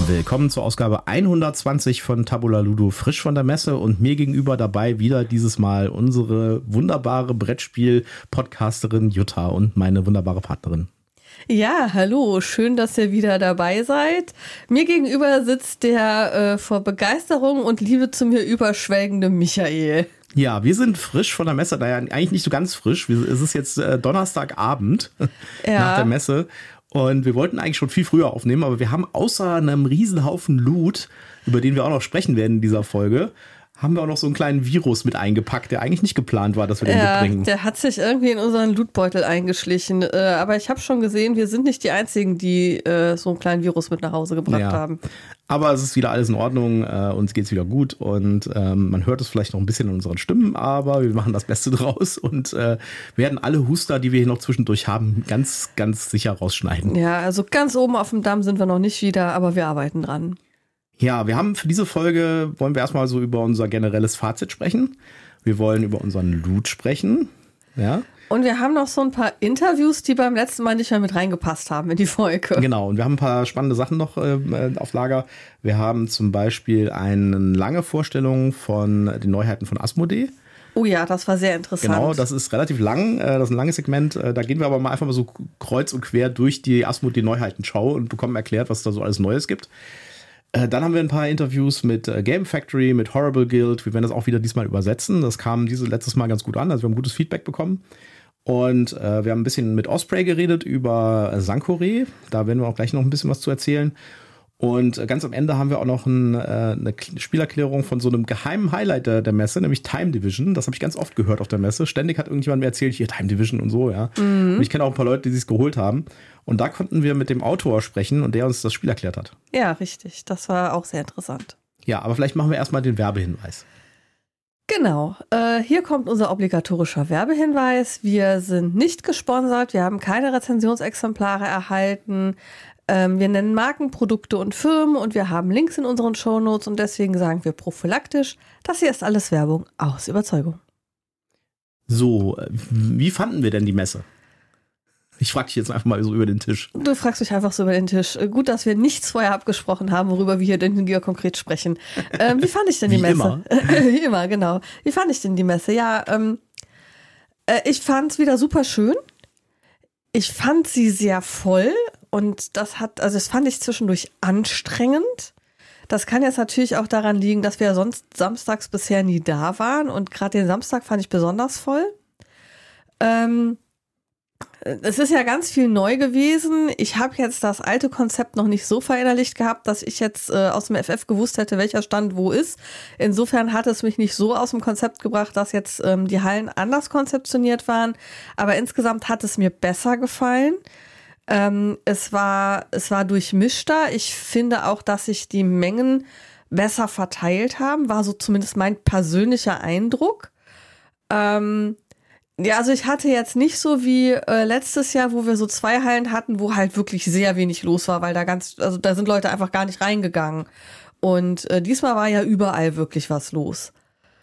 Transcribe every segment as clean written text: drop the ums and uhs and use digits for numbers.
Willkommen zur Ausgabe 120 von Tabula Ludo, frisch von der Messe, und mir gegenüber dabei wieder dieses Mal unsere wunderbare Brettspiel-Podcasterin Jutta und meine wunderbare Partnerin. Ja, hallo, schön, dass ihr wieder dabei seid. Mir gegenüber sitzt der vor Begeisterung und Liebe zu mir überschwelgende Michael. Ja, wir sind frisch von der Messe, naja, eigentlich nicht so ganz frisch. Es ist jetzt Donnerstagabend nach der Messe. Und wir wollten eigentlich schon viel früher aufnehmen, aber wir haben außer einem Riesenhaufen Loot, über den wir auch noch sprechen werden in dieser Folge, haben wir auch noch so einen kleinen Virus mit eingepackt, der eigentlich nicht geplant war, dass wir den mitbringen. Der hat sich irgendwie in unseren Lootbeutel eingeschlichen. Aber ich habe schon gesehen, wir sind nicht die Einzigen, die so einen kleinen Virus mit nach Hause gebracht haben. Aber es ist wieder alles in Ordnung, uns geht's wieder gut und man hört es vielleicht noch ein bisschen in unseren Stimmen, aber wir machen das Beste draus und werden alle Huster, die wir hier noch zwischendurch haben, ganz, ganz sicher rausschneiden. Ja, also ganz oben auf dem Damm sind wir noch nicht wieder, aber wir arbeiten dran. Ja, wir haben für diese Folge, wollen wir erstmal so über unser generelles Fazit sprechen. Wir wollen über unseren Loot sprechen. Ja. Und wir haben noch so ein paar Interviews, die beim letzten Mal nicht mehr mit reingepasst haben in die Folge. Genau, und wir haben ein paar spannende Sachen noch auf Lager. Wir haben zum Beispiel eine lange Vorstellung von den Neuheiten von Asmodee. Oh ja, das war sehr interessant. Genau, das ist relativ lang, das ist ein langes Segment. Da gehen wir aber mal einfach mal so kreuz und quer durch die Asmodee-Neuheiten-Schau und bekommen erklärt, was da so alles Neues gibt. Dann haben wir ein paar Interviews mit Game Factory, mit Horrible Guild. Wir werden das auch wieder diesmal übersetzen. Das kam letztes Mal ganz gut an. Also wir haben gutes Feedback bekommen. Und wir haben ein bisschen mit Osprey geredet über Sankore. Da werden wir auch gleich noch ein bisschen was zu erzählen. Und ganz am Ende haben wir auch noch eine Spielerklärung von so einem geheimen Highlight der Messe, nämlich Time Division. Das habe ich ganz oft gehört auf der Messe. Ständig hat irgendjemand mir erzählt, hier Time Division und so, ja. Mhm. Und ich kenne auch ein paar Leute, die es geholt haben. Und da konnten wir mit dem Autor sprechen und der uns das Spiel erklärt hat. Ja, richtig. Das war auch sehr interessant. Ja, aber vielleicht machen wir erstmal den Werbehinweis. Genau. Hier kommt unser obligatorischer Werbehinweis. Wir sind nicht gesponsert. Wir haben keine Rezensionsexemplare erhalten. Wir nennen Marken, Produkte und Firmen und wir haben Links in unseren Shownotes und deswegen sagen wir prophylaktisch, das hier ist alles Werbung aus Überzeugung. So, wie fanden wir denn die Messe? Ich frage dich jetzt einfach mal so über den Tisch. Du fragst mich einfach so über den Tisch. Gut, dass wir nichts vorher abgesprochen haben, worüber wir hier denn hier konkret sprechen. Wie fand ich denn die Messe? Immer. Wie immer, genau. Wie fand ich denn die Messe? Ja, ich fand es wieder super schön. Ich fand sie sehr voll. Und das fand ich zwischendurch anstrengend. Das kann jetzt natürlich auch daran liegen, dass wir ja sonst samstags bisher nie da waren. Und gerade den Samstag fand ich besonders voll. Es ist ja ganz viel neu gewesen. Ich habe jetzt das alte Konzept noch nicht so verinnerlicht gehabt, dass ich jetzt aus dem FF gewusst hätte, welcher Stand wo ist. Insofern hat es mich nicht so aus dem Konzept gebracht, dass jetzt die Hallen anders konzeptioniert waren. Aber insgesamt hat es mir besser gefallen. Es war durchmischter. Ich finde auch, dass sich die Mengen besser verteilt haben. War so zumindest mein persönlicher Eindruck. Ja, also ich hatte jetzt nicht so wie letztes Jahr, wo wir so 2 Hallen hatten, wo halt wirklich sehr wenig los war, weil da sind Leute einfach gar nicht reingegangen. Und diesmal war ja überall wirklich was los.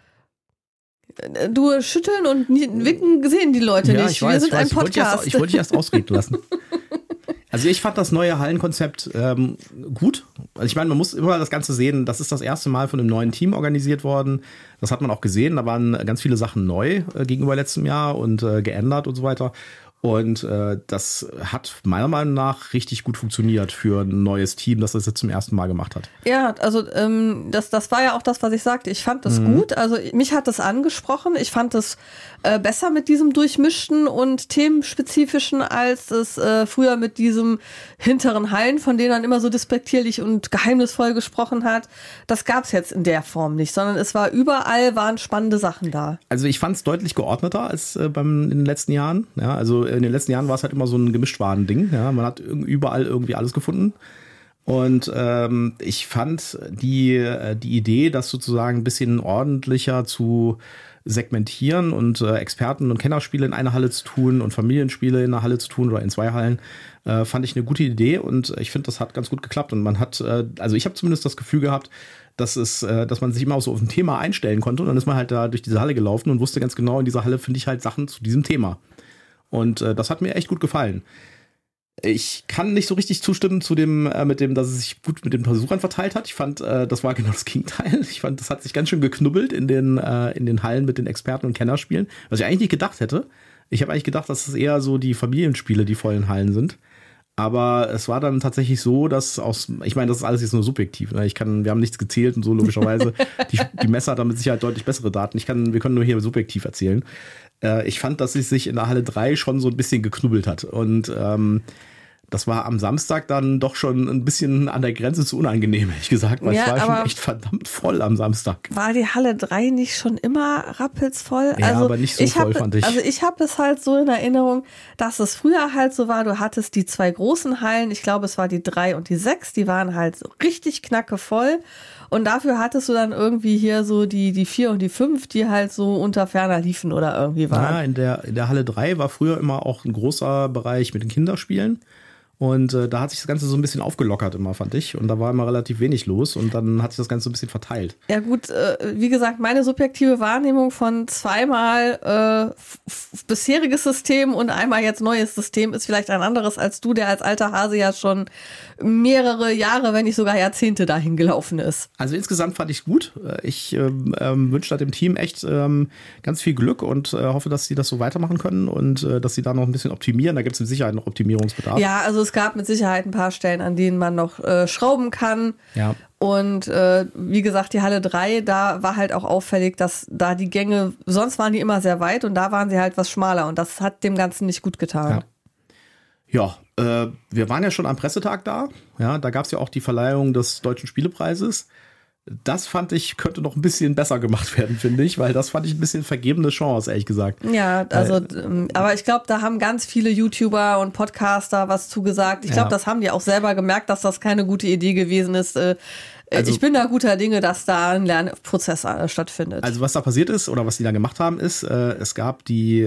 Du schütteln und wicken sehen die Leute nicht. Ich weiß, wir sind ein Podcast. Ich wollte dich erst ausreden lassen. Also ich fand das neue Hallenkonzept gut. Also ich meine, man muss immer das Ganze sehen, das ist das erste Mal von einem neuen Team organisiert worden. Das hat man auch gesehen, da waren ganz viele Sachen neu gegenüber letztem Jahr und geändert und so weiter. Und das hat meiner Meinung nach richtig gut funktioniert für ein neues Team, das jetzt zum ersten Mal gemacht hat. Ja, also das war ja auch das, was ich sagte. Ich fand das gut. Also mich hat das angesprochen. Ich fand es besser mit diesem durchmischten und themenspezifischen, als es früher mit diesem hinteren Hallen, von denen man immer so despektierlich und geheimnisvoll gesprochen hat. Das gab's jetzt in der Form nicht, sondern es war überall waren spannende Sachen da. Also ich fand es deutlich geordneter als in den letzten Jahren. Ja, also in den letzten Jahren war es halt immer so ein Gemischtwaren-Ding. Ja, man hat überall irgendwie alles gefunden. Und ich fand die Idee, das sozusagen ein bisschen ordentlicher zu segmentieren und Experten- und Kennerspiele in eine Halle zu tun und Familienspiele in einer Halle zu tun oder in 2 Hallen, fand ich eine gute Idee und ich finde, das hat ganz gut geklappt. Und man hat, also ich habe zumindest das Gefühl gehabt, dass man sich immer auch so auf ein Thema einstellen konnte und dann ist man halt da durch diese Halle gelaufen und wusste ganz genau, in dieser Halle finde ich halt Sachen zu diesem Thema. Und das hat mir echt gut gefallen. Ich kann nicht so richtig zustimmen zu dem, dass es sich gut mit den Besuchern verteilt hat. Ich fand, das war genau das Gegenteil. Ich fand, das hat sich ganz schön geknubbelt in den Hallen mit den Experten und Kennerspielen, was ich eigentlich nicht gedacht hätte. Ich habe eigentlich gedacht, dass es eher so die Familienspiele, die vollen Hallen sind. Aber es war dann tatsächlich so, dass ich meine, das ist alles jetzt nur subjektiv. Ne? Wir haben nichts gezählt und so logischerweise. Die Messe hat damit sicher deutlich bessere Daten. Wir können nur hier subjektiv erzählen. Ich fand, dass es sich in der Halle 3 schon so ein bisschen geknubbelt hat. Und das war am Samstag dann doch schon ein bisschen an der Grenze zu unangenehm, ehrlich gesagt, weil es war schon echt verdammt voll am Samstag. War die Halle 3 nicht schon immer rappelsvoll? Ja, also, aber nicht so voll, fand ich. Also ich habe es halt so in Erinnerung, dass es früher halt so war, du hattest die 2 großen Hallen, ich glaube es war die 3 und die 6, die waren halt so richtig knackevoll. Und dafür hattest du dann irgendwie hier so die 4 und die 5, die halt so unter ferner liefen oder irgendwie waren. Ja, in der Halle 3 war früher immer auch ein großer Bereich mit den Kinderspielen. Und da hat sich das Ganze so ein bisschen aufgelockert immer, fand ich. Und da war immer relativ wenig los und dann hat sich das Ganze so ein bisschen verteilt. Ja gut, wie gesagt, meine subjektive Wahrnehmung von zweimal bisheriges System und einmal jetzt neues System ist vielleicht ein anderes als du, der als alter Hase ja schon mehrere Jahre, wenn nicht sogar Jahrzehnte dahin gelaufen ist. Also insgesamt fand ich es gut. Ich wünsche dem Team echt ganz viel Glück und hoffe, dass sie das so weitermachen können und dass sie da noch ein bisschen optimieren. Da gibt es mit Sicherheit noch Optimierungsbedarf. Ja, also es gab mit Sicherheit ein paar Stellen, an denen man noch schrauben kann. Ja. Und wie gesagt, die Halle 3, da war halt auch auffällig, dass da die Gänge, sonst waren die immer sehr weit und da waren sie halt was schmaler und das hat dem Ganzen nicht gut getan. Ja, wir waren ja schon am Pressetag da. Ja, da gab es ja auch die Verleihung des Deutschen Spielepreises. Das fand ich, könnte noch ein bisschen besser gemacht werden, finde ich, weil das fand ich ein bisschen vergebene Chance, ehrlich gesagt. Ja, also, aber ich glaube, da haben ganz viele YouTuber und Podcaster was zugesagt. Ich glaube, das haben die auch selber gemerkt, dass das keine gute Idee gewesen ist. Also, ich bin da guter Dinge, dass da ein Lernprozess stattfindet. Also was da passiert ist oder was die da gemacht haben, ist, es gab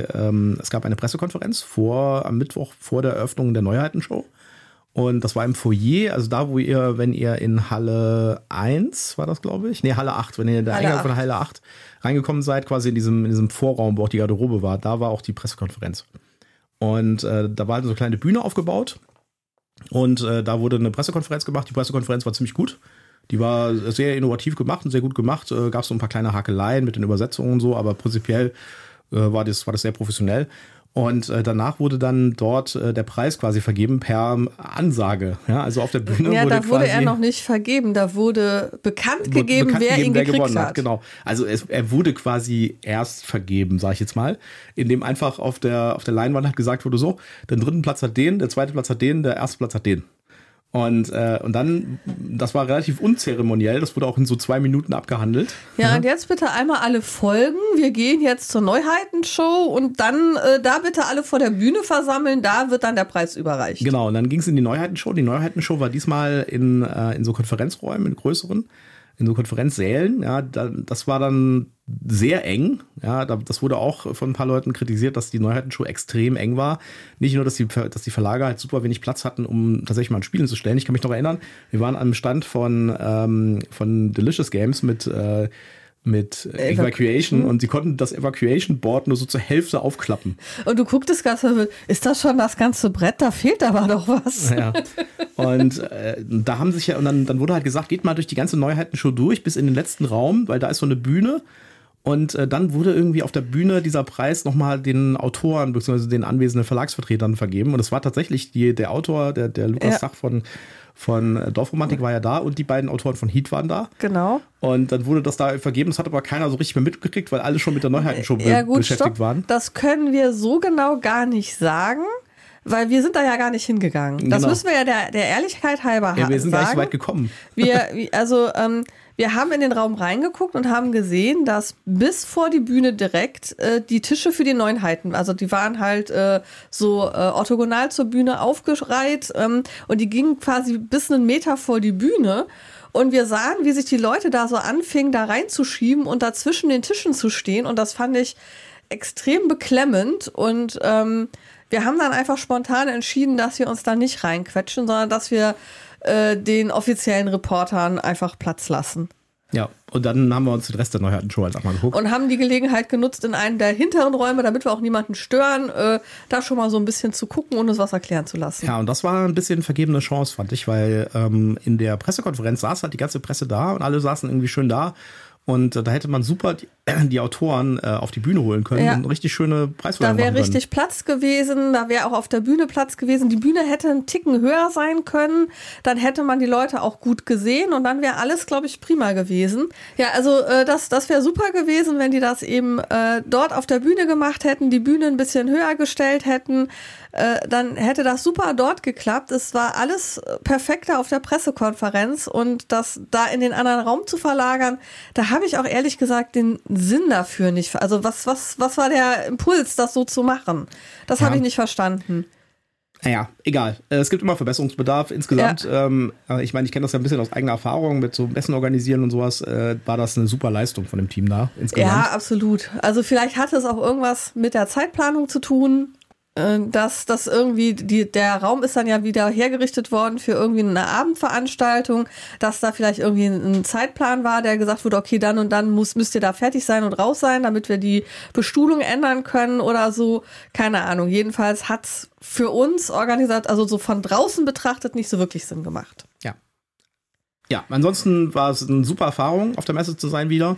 eine Pressekonferenz am Mittwoch vor der Eröffnung der Neuheitenshow. Und das war im Foyer, also da, wenn ihr in Halle 1, war das, glaube ich? Nee, Halle 8, wenn ihr in der Eingang von Halle 8 reingekommen seid, quasi in diesem Vorraum, wo auch die Garderobe war, da war auch die Pressekonferenz. Und da war so eine kleine Bühne aufgebaut und da wurde eine Pressekonferenz gemacht. Die Pressekonferenz war ziemlich gut. Die war sehr innovativ gemacht und sehr gut gemacht. Gab es so ein paar kleine Hakeleien mit den Übersetzungen und so, aber prinzipiell war das sehr professionell. Und danach wurde dann dort der Preis quasi vergeben per Ansage. Ja, also auf der Bühne wurde er noch nicht vergeben. Da wurde bekannt gegeben, wer ihn gekriegt hat. Genau. Also er wurde quasi erst vergeben, sage ich jetzt mal, indem einfach auf der Leinwand halt gesagt wurde, so, der dritte Platz hat den, der zweite Platz hat den, der erste Platz hat den. Und dann, das war relativ unzeremoniell, das wurde auch in so 2 Minuten abgehandelt. Ja, und jetzt bitte einmal alle folgen. Wir gehen jetzt zur Neuheitenshow und dann da bitte alle vor der Bühne versammeln, da wird dann der Preis überreicht. Genau, und dann ging es in die Neuheitenshow. Die Neuheitenshow war diesmal in so Konferenzräumen, in größeren, in so Konferenzsälen. Ja, das war dann sehr eng. Ja, das wurde auch von ein paar Leuten kritisiert, dass die Neuheitenshow extrem eng war. Nicht nur, dass die Verlage halt super wenig Platz hatten, um tatsächlich mal ein Spiel zu stellen. Ich kann mich noch erinnern, wir waren am Stand von Delicious Games mit Evacuation und sie konnten das Evacuation Board nur so zur Hälfte aufklappen. Und du gucktest ganz verwirrt, ist das schon das ganze Brett? Da fehlt aber doch was. Ja. Und da haben sich und dann wurde halt gesagt, geht mal durch die ganze Neuheitenshow durch bis in den letzten Raum, weil da ist so eine Bühne. Und dann wurde irgendwie auf der Bühne dieser Preis nochmal den Autoren bzw. den anwesenden Verlagsvertretern vergeben. Und es war tatsächlich der Autor, der Lukas Sach von Dorfromantik war ja da und die beiden Autoren von Heat waren da. Genau. Und dann wurde das da vergeben. Das hat aber keiner so richtig mehr mitgekriegt, weil alle schon mit der Neuheitenshow beschäftigt waren. Das können wir so genau gar nicht sagen. Weil wir sind da ja gar nicht hingegangen. Das müssen wir ja der Ehrlichkeit halber sagen. Ja, wir sind gar nicht so weit gekommen. Wir haben in den Raum reingeguckt und haben gesehen, dass bis vor die Bühne direkt die Tische für die Neuheiten, also die waren halt orthogonal zur Bühne aufgereiht und die gingen quasi bis 1 Meter vor die Bühne. Und wir sahen, wie sich die Leute da so anfingen, da reinzuschieben und da zwischen den Tischen zu stehen. Und das fand ich extrem beklemmend und wir haben dann einfach spontan entschieden, dass wir uns da nicht reinquetschen, sondern dass wir den offiziellen Reportern einfach Platz lassen. Ja, und dann haben wir uns den Rest der Neuheiten-Show halt einmal geguckt. Und haben die Gelegenheit genutzt, in einen der hinteren Räume, damit wir auch niemanden stören, da schon mal so ein bisschen zu gucken und uns was erklären zu lassen. Ja, und das war ein bisschen vergebene Chance, fand ich, weil in der Pressekonferenz saß halt die ganze Presse da und alle saßen irgendwie schön da. Und da hätte man super die Autoren auf die Bühne holen können und richtig schöne Preisverleihung machen können. Da wäre richtig Platz gewesen, da wäre auch auf der Bühne Platz gewesen. Die Bühne hätte einen Ticken höher sein können, dann hätte man die Leute auch gut gesehen und dann wäre alles, glaube ich, prima gewesen. Ja, also das wäre super gewesen, wenn die das eben dort auf der Bühne gemacht hätten, die Bühne ein bisschen höher gestellt hätten. Dann hätte das super dort geklappt. Es war alles perfekter auf der Pressekonferenz und das da in den anderen Raum zu verlagern, da habe ich auch ehrlich gesagt den Sinn dafür nicht. Also was war der Impuls, das so zu machen? Das habe ich nicht verstanden. Naja, egal. Es gibt immer Verbesserungsbedarf insgesamt. Ich meine, ich kenne das ja ein bisschen aus eigener Erfahrung mit so Messen organisieren und sowas. War das eine super Leistung von dem Team da insgesamt? Ja, absolut. Also vielleicht hatte es auch irgendwas mit der Zeitplanung zu tun. Dass das irgendwie, der Raum ist dann ja wieder hergerichtet worden für irgendwie eine Abendveranstaltung, dass da vielleicht irgendwie ein Zeitplan war, der gesagt wurde, okay, dann und dann müsst ihr da fertig sein und raus sein, damit wir die Bestuhlung ändern können oder so. Keine Ahnung. Jedenfalls hat's für uns organisiert, also so von draußen betrachtet, nicht so wirklich Sinn gemacht. Ja. Ja, ansonsten war es eine super Erfahrung, auf der Messe zu sein wieder.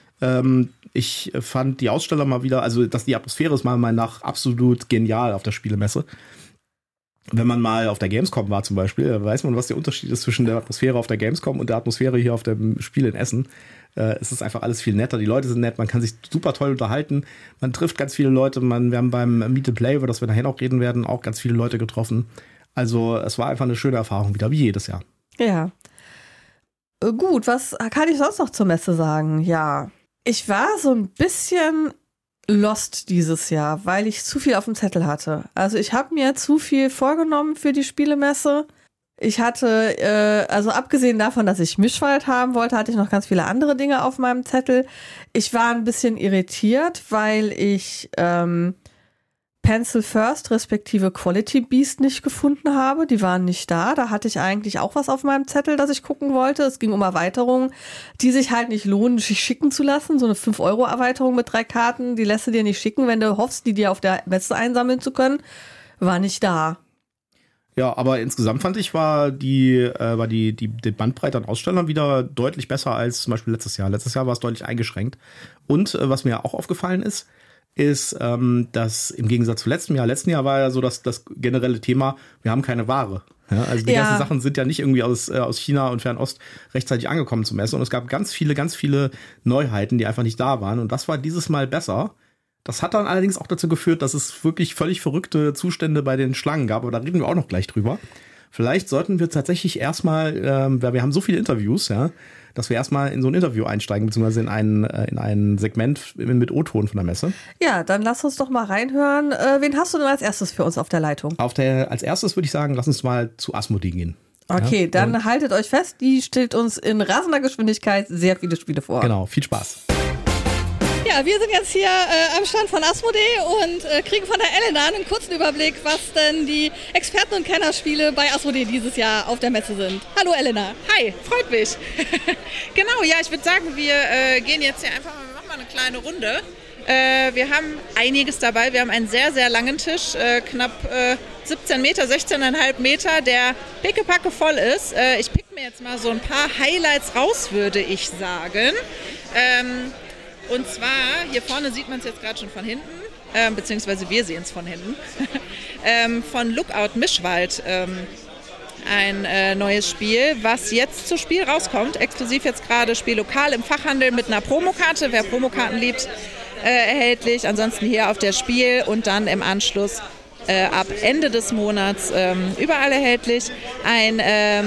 Ich fand die Aussteller mal wieder, also dass die Atmosphäre ist meiner Meinung nach absolut genial auf der Spielemesse. Wenn man mal auf der Gamescom war zum Beispiel, weiß man, was der Unterschied ist zwischen der Atmosphäre auf der Gamescom und der Atmosphäre hier auf dem Spiel in Essen. Es ist einfach alles viel netter, die Leute sind nett, man kann sich super toll unterhalten, man trifft ganz viele Leute, wir haben beim Meet and Play, über das wir nachher noch reden werden, auch ganz viele Leute getroffen. Also es war einfach eine schöne Erfahrung wieder, wie jedes Jahr. Ja. Gut, was kann ich sonst noch zur Messe sagen? Ja. Ich war so ein bisschen lost dieses Jahr, weil ich zu viel auf dem Zettel hatte. Also ich habe mir zu viel vorgenommen für die Spielemesse. Ich hatte, also abgesehen davon, dass ich Mischwald haben wollte, hatte ich noch ganz viele andere Dinge auf meinem Zettel. Ich war ein bisschen irritiert, weil ich Pencil First respektive Quality Beast nicht gefunden habe. Die waren nicht da. Da hatte ich eigentlich auch was auf meinem Zettel, das ich gucken wollte. Es ging um Erweiterungen, die sich halt nicht lohnen, sich schicken zu lassen. So eine 5-Euro-Erweiterung mit 3 Karten, die lässt du dir nicht schicken, wenn du hoffst, die dir auf der Messe einsammeln zu können. War nicht da. Ja, aber insgesamt fand ich, war die Bandbreite an Ausstellern wieder deutlich besser als zum Beispiel letztes Jahr. Letztes Jahr war es deutlich eingeschränkt. Und was mir auch aufgefallen ist, dass im Gegensatz zu letzten Jahr war ja so das generelle Thema, wir haben keine Ware. Ja, also die ganzen Sachen sind ja nicht irgendwie aus China und Fernost rechtzeitig angekommen zum Essen. Und es gab ganz viele Neuheiten, die einfach nicht da waren. Und das war dieses Mal besser. Das hat dann allerdings auch dazu geführt, dass es wirklich völlig verrückte Zustände bei den Schlangen gab. Aber da reden wir auch noch gleich drüber. Vielleicht sollten wir tatsächlich erstmal, weil wir haben so viele Interviews, ja, dass wir erstmal in so ein Interview einsteigen, beziehungsweise in ein Segment mit O-Ton von der Messe. Ja, dann lass uns doch mal reinhören. Wen hast du denn als erstes für uns auf der Leitung? Als erstes würde ich sagen, lass uns mal zu Asmodee gehen. Okay, ja, dann haltet euch fest, die stellt uns in rasender Geschwindigkeit sehr viele Spiele vor. Genau, viel Spaß. Ja, wir sind jetzt hier am Stand von Asmodee und kriegen von der Elena einen kurzen Überblick, was denn die Experten- und Kennerspiele bei Asmodee dieses Jahr auf der Messe sind. Hallo Elena. Hi, freut mich. Genau, ja, ich würde sagen, wir gehen jetzt hier einfach mal, wir machen mal eine kleine Runde. Wir haben einiges dabei, wir haben einen sehr, sehr langen Tisch, knapp 17 Meter, 16,5 Meter, der pickepacke voll ist. Ich pick mir jetzt mal so ein paar Highlights raus, würde ich sagen. Und zwar, hier vorne sieht man es jetzt gerade schon von hinten, beziehungsweise wir sehen es von hinten, von Lookout Mischwald, ein neues Spiel, was jetzt zu Spiel rauskommt, exklusiv jetzt gerade spiellokal im Fachhandel mit einer Promokarte, wer Promokarten liebt, erhältlich, ansonsten hier auf der Spiel und dann im Anschluss ab Ende des Monats überall erhältlich. Ein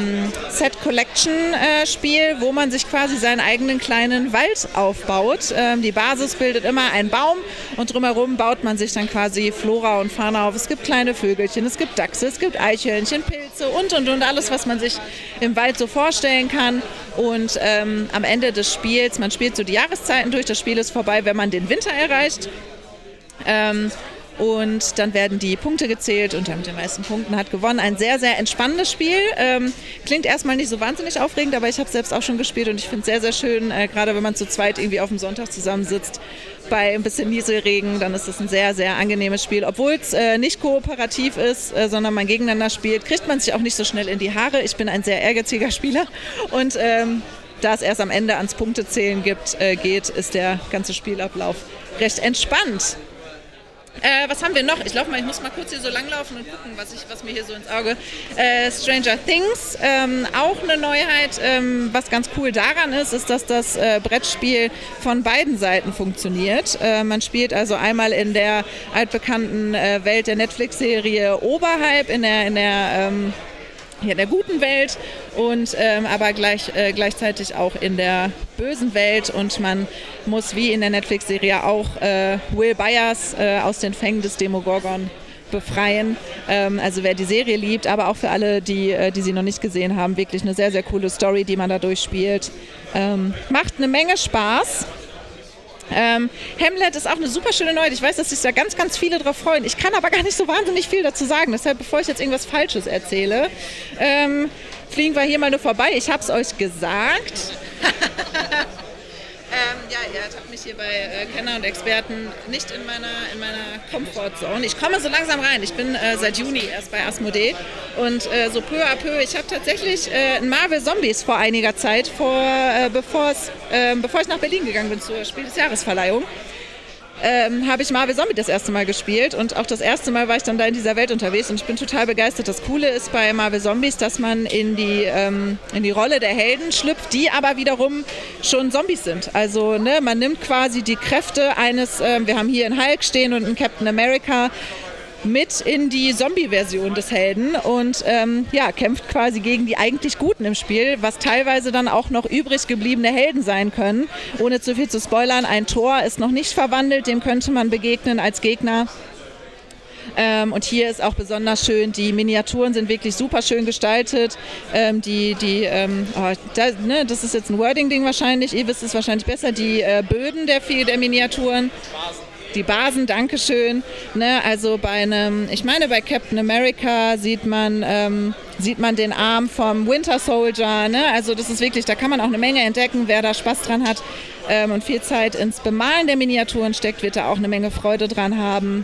Set-Collection-Spiel, wo man sich quasi seinen eigenen kleinen Wald aufbaut. Die Basis bildet immer einen Baum und drumherum baut man sich dann quasi Flora und Fauna auf. Es gibt kleine Vögelchen, es gibt Dachse, es gibt Eichhörnchen, Pilze und alles, was man sich im Wald so vorstellen kann. Und am Ende des Spiels, man spielt so die Jahreszeiten durch, das Spiel ist vorbei, wenn man den Winter erreicht. Und dann werden die Punkte gezählt und der mit den meisten Punkten hat gewonnen. Ein sehr, sehr entspannendes Spiel. Klingt erstmal nicht so wahnsinnig aufregend, aber ich habe es selbst auch schon gespielt und ich finde es sehr, sehr schön, gerade wenn man zu zweit irgendwie auf dem Sonntag zusammensitzt. Bei ein bisschen Nieselregen, dann ist es ein sehr, sehr angenehmes Spiel. Obwohl es nicht kooperativ ist, sondern man gegeneinander spielt, kriegt man sich auch nicht so schnell in die Haare. Ich bin ein sehr ehrgeiziger Spieler und da es erst am Ende ans Punktezählen geht, ist der ganze Spielablauf recht entspannt. Was haben wir noch? Ich muss mal kurz hier so langlaufen und gucken, was mir hier so ins Auge. Stranger Things, auch eine Neuheit. Was ganz cool daran ist, dass das Brettspiel von beiden Seiten funktioniert. Man spielt also einmal in der altbekannten Welt der Netflix-Serie Oberhalb, in der guten Welt und aber gleichzeitig auch in der bösen Welt und man muss wie in der Netflix-Serie auch Will Byers aus den Fängen des Demogorgon befreien. Also wer die Serie liebt, aber auch für alle, die sie noch nicht gesehen haben, wirklich eine sehr, sehr coole Story, die man da durchspielt. Macht eine Menge Spaß. Hamlet ist auch eine super schöne Neuheit. Ich weiß, dass sich da ganz, ganz viele drauf freuen. Ich kann aber gar nicht so wahnsinnig viel dazu sagen. Deshalb, bevor ich jetzt irgendwas Falsches erzähle, fliegen wir hier mal nur vorbei. Ich habe es euch gesagt. Ihr habt mich hier bei Kenner und Experten nicht in meiner Comfortzone. Ich komme so langsam rein. Ich bin seit Juni erst bei Asmodee und so peu à peu. Ich habe tatsächlich Marvel Zombies vor einiger Zeit, bevor ich nach Berlin gegangen bin zur Spiel des Jahresverleihung, habe ich Marvel Zombie das erste Mal gespielt und auch das erste Mal war ich dann da in dieser Welt unterwegs und ich bin total begeistert. Das Coole ist bei Marvel Zombies, dass man in die Rolle der Helden schlüpft, die aber wiederum schon Zombies sind. Also man nimmt quasi die Kräfte wir haben hier einen Hulk stehen und einen Captain America, mit in die Zombie-Version des Helden und kämpft quasi gegen die eigentlich Guten im Spiel, was teilweise dann auch noch übrig gebliebene Helden sein können. Ohne zu viel zu spoilern, ein Thor ist noch nicht verwandelt, dem könnte man begegnen als Gegner. Und hier ist auch besonders schön, die Miniaturen sind wirklich super schön gestaltet. Das ist jetzt ein Wording-Ding wahrscheinlich, ihr wisst es wahrscheinlich besser, die Böden der Miniaturen. Die Basen, Dankeschön. Also bei Captain America sieht man den Arm vom Winter Soldier. Also das ist wirklich, da kann man auch eine Menge entdecken, wer da Spaß dran hat und viel Zeit ins Bemalen der Miniaturen steckt, wird da auch eine Menge Freude dran haben.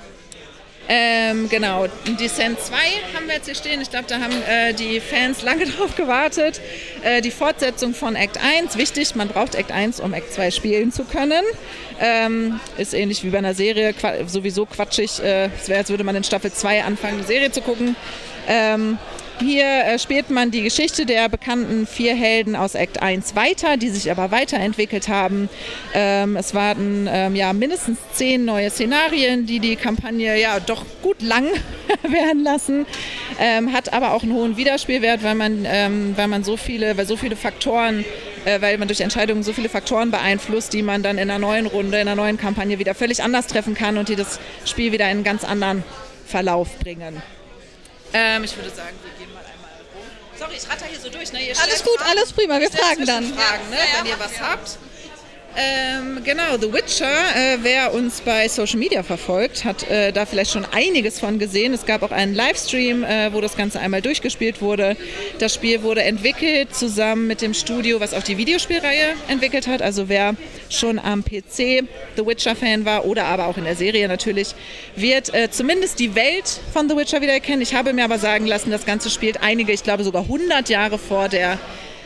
Genau, Descent 2 haben wir jetzt hier stehen. Ich glaube, da haben die Fans lange drauf gewartet. Die Fortsetzung von Act 1, wichtig, man braucht Act 1, um Act 2 spielen zu können. Ist ähnlich wie bei einer Serie, sowieso quatschig. Es wäre, als würde man in Staffel 2 anfangen, eine Serie zu gucken. Hier spielt man die Geschichte der bekannten 4 Helden aus Act 1 weiter, die sich aber weiterentwickelt haben. Es warten mindestens 10 neue Szenarien, die Kampagne doch gut lang werden lassen. Hat aber auch einen hohen Wiederspielwert, weil man so viele Faktoren, weil man durch Entscheidungen so viele Faktoren beeinflusst, die man dann in einer neuen Runde, in einer neuen Kampagne wieder völlig anders treffen kann und die das Spiel wieder in einen ganz anderen Verlauf bringen. Ich würde sagen, wir gehen mal einmal rum. Sorry, ich ratter hier so durch. Ne? Alles gut, alles prima, wir fragen dann. Wenn ihr was habt. Genau, The Witcher, wer uns bei Social Media verfolgt, hat da vielleicht schon einiges von gesehen. Es gab auch einen Livestream, wo das Ganze einmal durchgespielt wurde. Das Spiel wurde entwickelt zusammen mit dem Studio, was auch die Videospielreihe entwickelt hat. Also wer schon am PC The Witcher-Fan war oder aber auch in der Serie natürlich, wird zumindest die Welt von The Witcher wiedererkennen. Ich habe mir aber sagen lassen, das Ganze spielt ich glaube sogar 100 Jahre vor der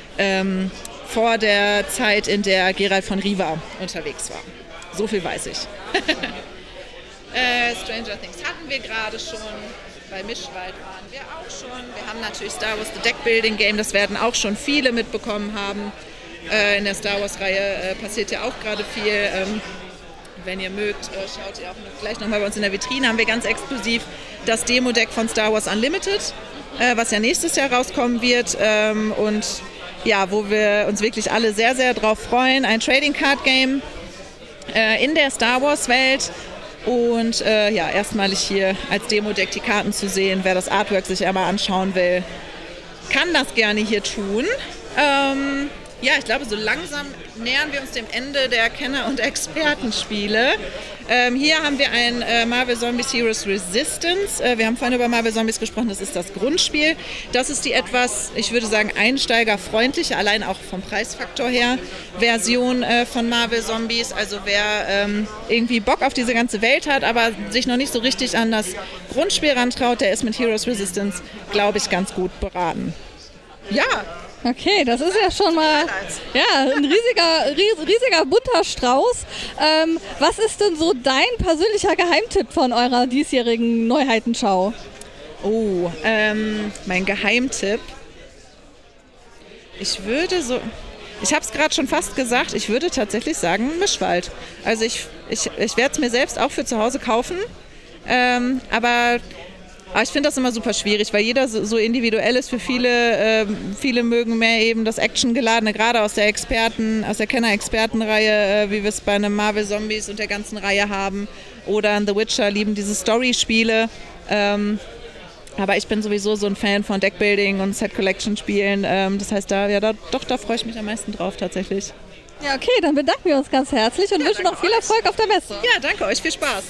Zeit, in der Geralt von Riva unterwegs war. So viel weiß ich. Stranger Things hatten wir gerade schon. Bei Mischwald waren wir auch schon. Wir haben natürlich Star Wars The Deckbuilding Game. Das werden auch schon viele mitbekommen haben. In der Star Wars-Reihe passiert ja auch gerade viel. Wenn ihr mögt, schaut ihr auch gleich nochmal bei uns in der Vitrine. Haben wir ganz exklusiv das Demo-Deck von Star Wars Unlimited, was ja nächstes Jahr rauskommen wird. Wo wir uns wirklich alle sehr, sehr drauf freuen. Ein Trading Card Game in der Star Wars Welt und erstmalig hier als Demo-Deck die Karten zu sehen. Wer das Artwork sich einmal anschauen will, kann das gerne hier tun. Ja, ich glaube, so langsam nähern wir uns dem Ende der Kenner- und Expertenspiele. Hier haben wir ein Marvel Zombies Heroes Resistance. Wir haben vorhin über Marvel Zombies gesprochen, das ist das Grundspiel. Das ist die etwas, ich würde sagen, einsteigerfreundliche, allein auch vom Preisfaktor her, Version von Marvel Zombies. Also wer irgendwie Bock auf diese ganze Welt hat, aber sich noch nicht so richtig an das Grundspiel rantraut, der ist mit Heroes Resistance, glaube ich, ganz gut beraten. Ja. Okay, das ist ja schon mal ein riesiger bunter Strauß. Was ist denn so dein persönlicher Geheimtipp von eurer diesjährigen Neuheitenschau? Oh, mein Geheimtipp. Ich habe es gerade schon fast gesagt, ich würde tatsächlich sagen Mischwald. Also ich werde es mir selbst auch für zu Hause kaufen, aber ich finde das immer super schwierig, weil jeder so individuell ist. Für viele mögen mehr eben das Actiongeladene, gerade aus der Kenner-Expertenreihe, wie wir es bei einem Marvel Zombies und der ganzen Reihe haben. Oder in The Witcher lieben diese Story-Spiele. Aber ich bin sowieso so ein Fan von Deckbuilding und Set-Collection-Spielen. Das heißt, da freue ich mich am meisten drauf tatsächlich. Ja, okay, dann bedanken wir uns ganz herzlich und wünschen noch viel Erfolg auf der Messe. Ja, danke euch, viel Spaß.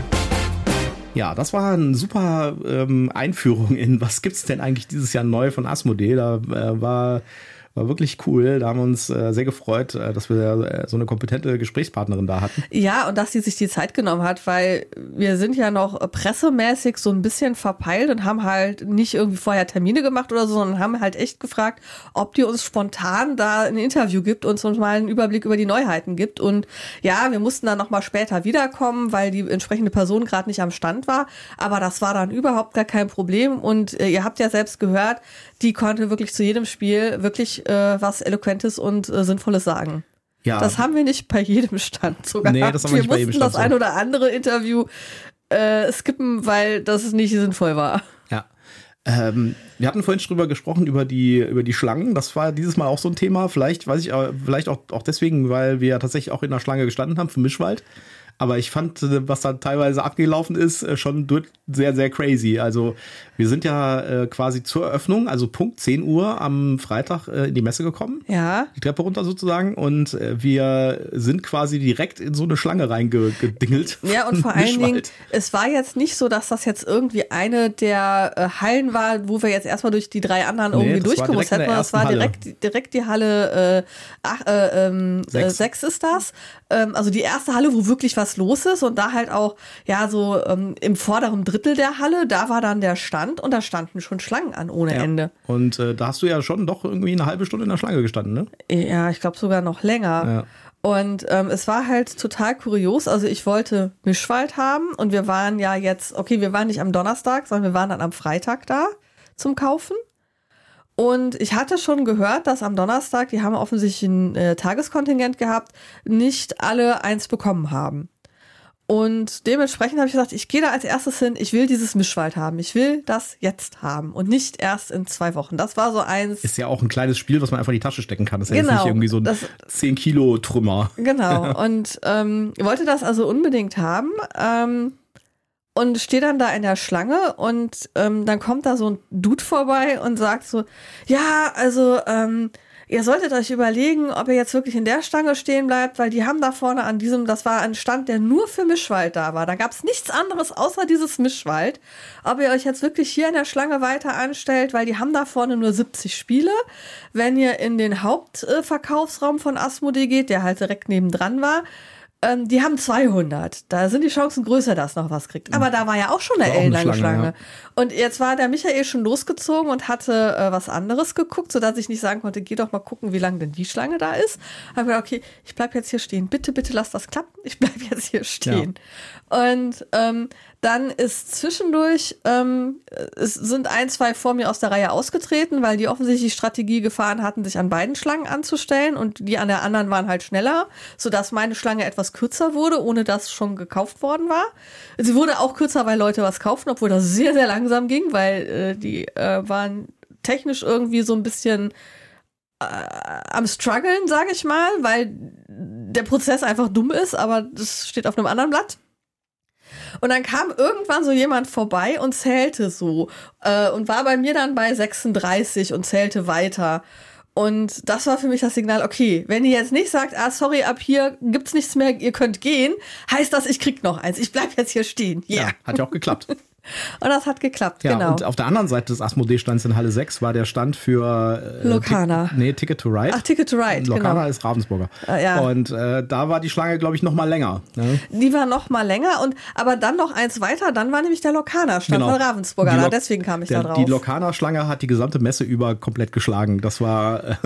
Ja, das war eine super Einführung in, was gibt's denn eigentlich dieses Jahr neu von Asmodee. Da war wirklich cool. Da haben wir uns sehr gefreut, dass wir so eine kompetente Gesprächspartnerin da hatten. Ja, und dass sie sich die Zeit genommen hat, weil wir sind ja noch pressemäßig so ein bisschen verpeilt und haben halt nicht irgendwie vorher Termine gemacht oder so, sondern haben halt echt gefragt, ob die uns spontan da ein Interview gibt und uns mal einen Überblick über die Neuheiten gibt. Und ja, wir mussten dann nochmal später wiederkommen, weil die entsprechende Person gerade nicht am Stand war. Aber das war dann überhaupt gar kein Problem. Und ihr habt ja selbst gehört, die konnte wirklich zu jedem Spiel wirklich was Eloquentes und Sinnvolles sagen. Ja. Das haben wir nicht bei jedem Stand sogar. Nee, das haben wir nicht bei jedem Stand. Wir mussten das ein oder andere Interview skippen, weil das nicht sinnvoll war. Ja. Wir hatten vorhin schon drüber gesprochen, über die Schlangen. Das war dieses Mal auch so ein Thema. Vielleicht auch deswegen, weil wir ja tatsächlich auch in der Schlange gestanden haben für Mischwald. Aber ich fand, was da teilweise abgelaufen ist, schon sehr, sehr crazy. Also wir sind ja quasi zur Eröffnung, also Punkt 10 Uhr am Freitag in die Messe gekommen. Ja. Die Treppe runter sozusagen. Und wir sind quasi direkt in so eine Schlange reingedingelt. Ja, und vor allen Dingen, es war jetzt nicht so, dass das jetzt irgendwie eine der Hallen war, wo wir jetzt erstmal durch die 3 anderen irgendwie durchgemusst hätten. Das war direkt die Halle 6 ist das. Also die erste Halle, wo wirklich was los ist und da halt auch, ja, so im vorderen Drittel der Halle, da war dann der Stand und da standen schon Schlangen an ohne Ende. Und da hast du ja schon doch irgendwie eine halbe Stunde in der Schlange gestanden, ne? Ja, ich glaube sogar noch länger. Ja. Und es war halt total kurios. Also ich wollte Mischwald haben und wir waren ja jetzt, wir waren nicht am Donnerstag, sondern wir waren dann am Freitag da zum Kaufen. Und ich hatte schon gehört, dass am Donnerstag, die haben offensichtlich ein Tageskontingent gehabt, nicht alle eins bekommen haben. Und dementsprechend habe ich gesagt, ich gehe da als erstes hin, ich will dieses Mischwald haben. Ich will das jetzt haben und nicht erst in 2 Wochen. Das war so eins. Ist ja auch ein kleines Spiel, was man einfach in die Tasche stecken kann. Das ist ja jetzt nicht irgendwie so ein 10 Kilo Trümmer. Genau. Und wollte das also unbedingt haben. Und stehe dann da in der Schlange und dann kommt da so ein Dude vorbei und sagt so, ja, also ihr solltet euch überlegen, ob ihr jetzt wirklich in der Schlange stehen bleibt, weil die haben da vorne das war ein Stand, der nur für Mischwald da war. Da gab es nichts anderes außer dieses Mischwald. Ob ihr euch jetzt wirklich hier in der Schlange weiter anstellt, weil die haben da vorne nur 70 Spiele. Wenn ihr in den Hauptverkaufsraum von Asmodee geht, der halt direkt nebendran war, die haben 200. Da sind die Chancen größer, dass noch was kriegt. Aber da war ja auch schon eine ellenlange Schlange. Ja. Und jetzt war der Michael schon losgezogen und hatte was anderes geguckt, sodass ich nicht sagen konnte, geh doch mal gucken, wie lange denn die Schlange da ist. Habe gedacht, okay, ich bleib jetzt hier stehen. Bitte, bitte lass das klappen. Ich bleib jetzt hier stehen. Ja. Und dann ist zwischendurch, es sind 1, 2 vor mir aus der Reihe ausgetreten, weil die offensichtlich die Strategie gefahren hatten, sich an beiden Schlangen anzustellen und die an der anderen waren halt schneller, sodass meine Schlange etwas kürzer wurde, ohne dass schon gekauft worden war. Sie wurde auch kürzer, weil Leute was kauften, obwohl das sehr, sehr langsam ging, weil die waren technisch irgendwie so ein bisschen am struggeln, sage ich mal, weil der Prozess einfach dumm ist, aber das steht auf einem anderen Blatt. Und dann kam irgendwann so jemand vorbei und zählte so und war bei mir dann bei 36 und zählte weiter. Und das war für mich das Signal, okay, wenn ihr jetzt nicht sagt, sorry, ab hier gibt's nichts mehr, ihr könnt gehen, heißt das, ich krieg noch eins. Ich bleib jetzt hier stehen. Yeah. Ja, hat ja auch geklappt. Und das hat geklappt, Ja, genau. und auf der anderen Seite des Asmodee-Stands in Halle 6 war der Stand für Locana. Ticket to Ride. Ach, Ticket to Ride, Locana genau. ist Ravensburger. Ja. Und da war die Schlange, glaube ich, noch mal länger. Ne? Die war noch mal länger, aber dann noch eins weiter, dann war nämlich der Locana-Stand von Ravensburger. Deswegen kam ich da drauf. Die Locana-Schlange hat die gesamte Messe über komplett geschlagen. Das war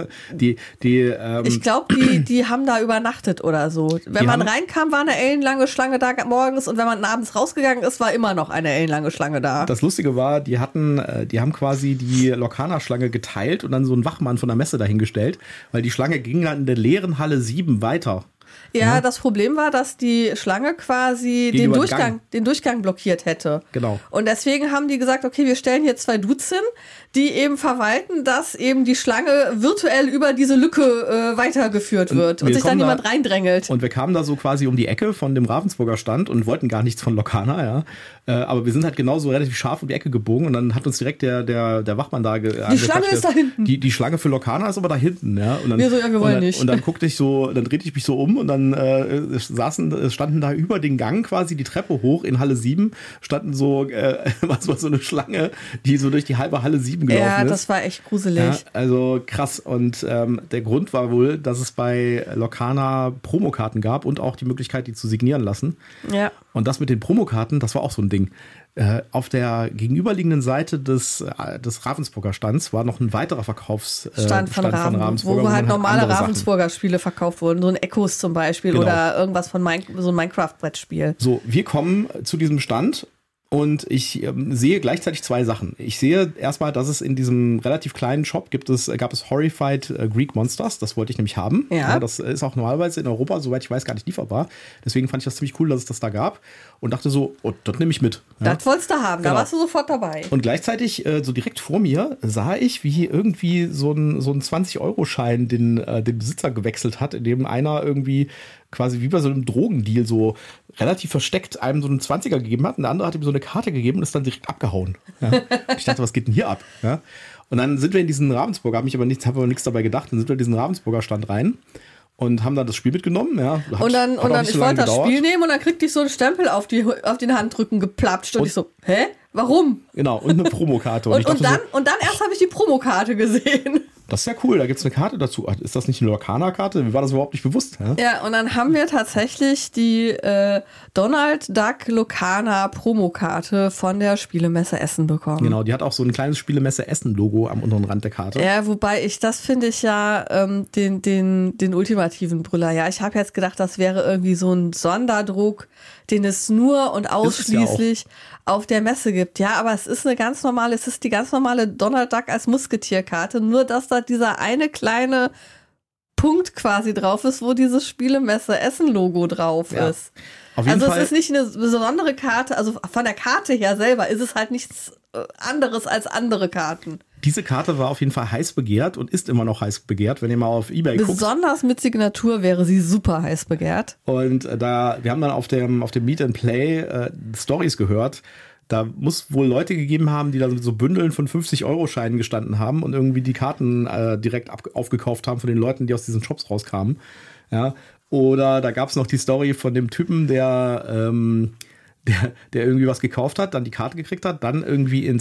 ich glaube, die haben da übernachtet oder so. Wenn man reinkam, war eine ellenlange Schlange da morgens und wenn man abends rausgegangen ist, war immer noch eine ellenlange Schlange da. Das Lustige war, die haben quasi die Locana-Schlange geteilt und dann so einen Wachmann von der Messe dahingestellt, weil die Schlange ging dann in der leeren Halle 7 weiter. Ja, das Problem war, dass die Schlange quasi den Durchgang blockiert hätte. Genau. Und deswegen haben die gesagt, okay, wir stellen hier 2 Dudes hin, die eben verwalten, dass eben die Schlange virtuell über diese Lücke weitergeführt wird und sich dann niemand reindrängelt. Und wir kamen da so quasi um die Ecke von dem Ravensburger Stand und wollten gar nichts von Locana, ja. Aber wir sind halt genauso relativ scharf um die Ecke gebogen und dann hat uns direkt der Wachmann da Die Schlange ist da hinten. Die Schlange für Locana ist aber da hinten, ja. Und dann, wir wollen nicht. Und dann drehte ich mich so um und dann standen da über den Gang quasi die Treppe hoch in Halle 7, standen so eine Schlange, die so durch die halbe Halle 7 gelaufen ist. Ja, das war echt gruselig. Ja, also krass. Und der Grund war wohl, dass es bei Locana Promokarten gab und auch die Möglichkeit, die zu signieren lassen. Ja. Und das mit den Promokarten, das war auch so ein Ding. Auf der gegenüberliegenden Seite des Ravensburger Stands war noch ein weiterer Verkaufsstand von Ravensburger, wo halt normale Ravensburger Spiele verkauft wurden. So ein Echos zum Beispiel oder irgendwas von so ein Minecraft-Brettspiel. So, wir kommen zu diesem Stand. Und ich sehe gleichzeitig 2 Sachen. Ich sehe erstmal, dass es in diesem relativ kleinen Shop gab es Horrified Greek Monsters. Das wollte ich nämlich haben. Ja. Das ist auch normalerweise in Europa, soweit ich weiß, gar nicht lieferbar. Deswegen fand ich das ziemlich cool, dass es das da gab. Und dachte so, das nehme ich mit. Ja. Das wolltest du haben, da warst du sofort dabei. Und gleichzeitig, so direkt vor mir, sah ich, wie irgendwie so ein 20-Euro-Schein den Besitzer gewechselt hat, in dem einer irgendwie quasi wie bei so einem Drogendeal so relativ versteckt einem so einen 20er gegeben hat und der andere hat ihm so eine Karte gegeben und ist dann direkt abgehauen. Ja. Und ich dachte, was geht denn hier ab? Ja. Und dann sind wir in diesen Ravensburger, habe aber nichts dabei gedacht, dann sind wir in diesen Ravensburger Stand rein und haben dann das Spiel mitgenommen. Ja. Und dann ich wollte das Spiel nehmen und dann kriegte ich so einen Stempel auf den Handrücken geplatscht und ich so, hä? Warum? Genau, und eine Promokarte. Und dann erst habe ich die Promokarte gesehen. Das ist ja cool, da gibt es eine Karte dazu. Ist das nicht eine Locana-Karte? Mir war das überhaupt nicht bewusst. Ja, und dann haben wir tatsächlich die Donald Duck Locana Promokarte von der Spielemesse Essen bekommen. Genau, die hat auch so ein kleines Spielemesse Essen-Logo am unteren Rand der Karte. Ja, wobei das finde ich ja den ultimativen Brüller. Ja, ich habe jetzt gedacht, das wäre irgendwie so ein Sonderdruck, den es nur und ausschließlich auf der Messe gibt. Ja, aber es ist die ganz normale Donald Duck als Musketierkarte, nur dass da dieser eine kleine Punkt quasi drauf ist, wo dieses Spielemesse Essen-Logo drauf ist. Auf jeden Fall. Es ist nicht eine besondere Karte, also von der Karte her selber ist es halt nichts anderes als andere Karten. Diese Karte war auf jeden Fall heiß begehrt und ist immer noch heiß begehrt, wenn ihr mal auf eBay guckt. Besonders mit Signatur wäre sie super heiß begehrt. Und wir haben dann auf dem Meet and Play Stories gehört. Da muss wohl Leute gegeben haben, die da mit so Bündeln von 50-Euro-Scheinen gestanden haben und irgendwie die Karten direkt aufgekauft haben von den Leuten, die aus diesen Shops rauskamen. Ja. Oder da gab es noch die Story von dem Typen, der irgendwie was gekauft hat, dann die Karte gekriegt hat, dann irgendwie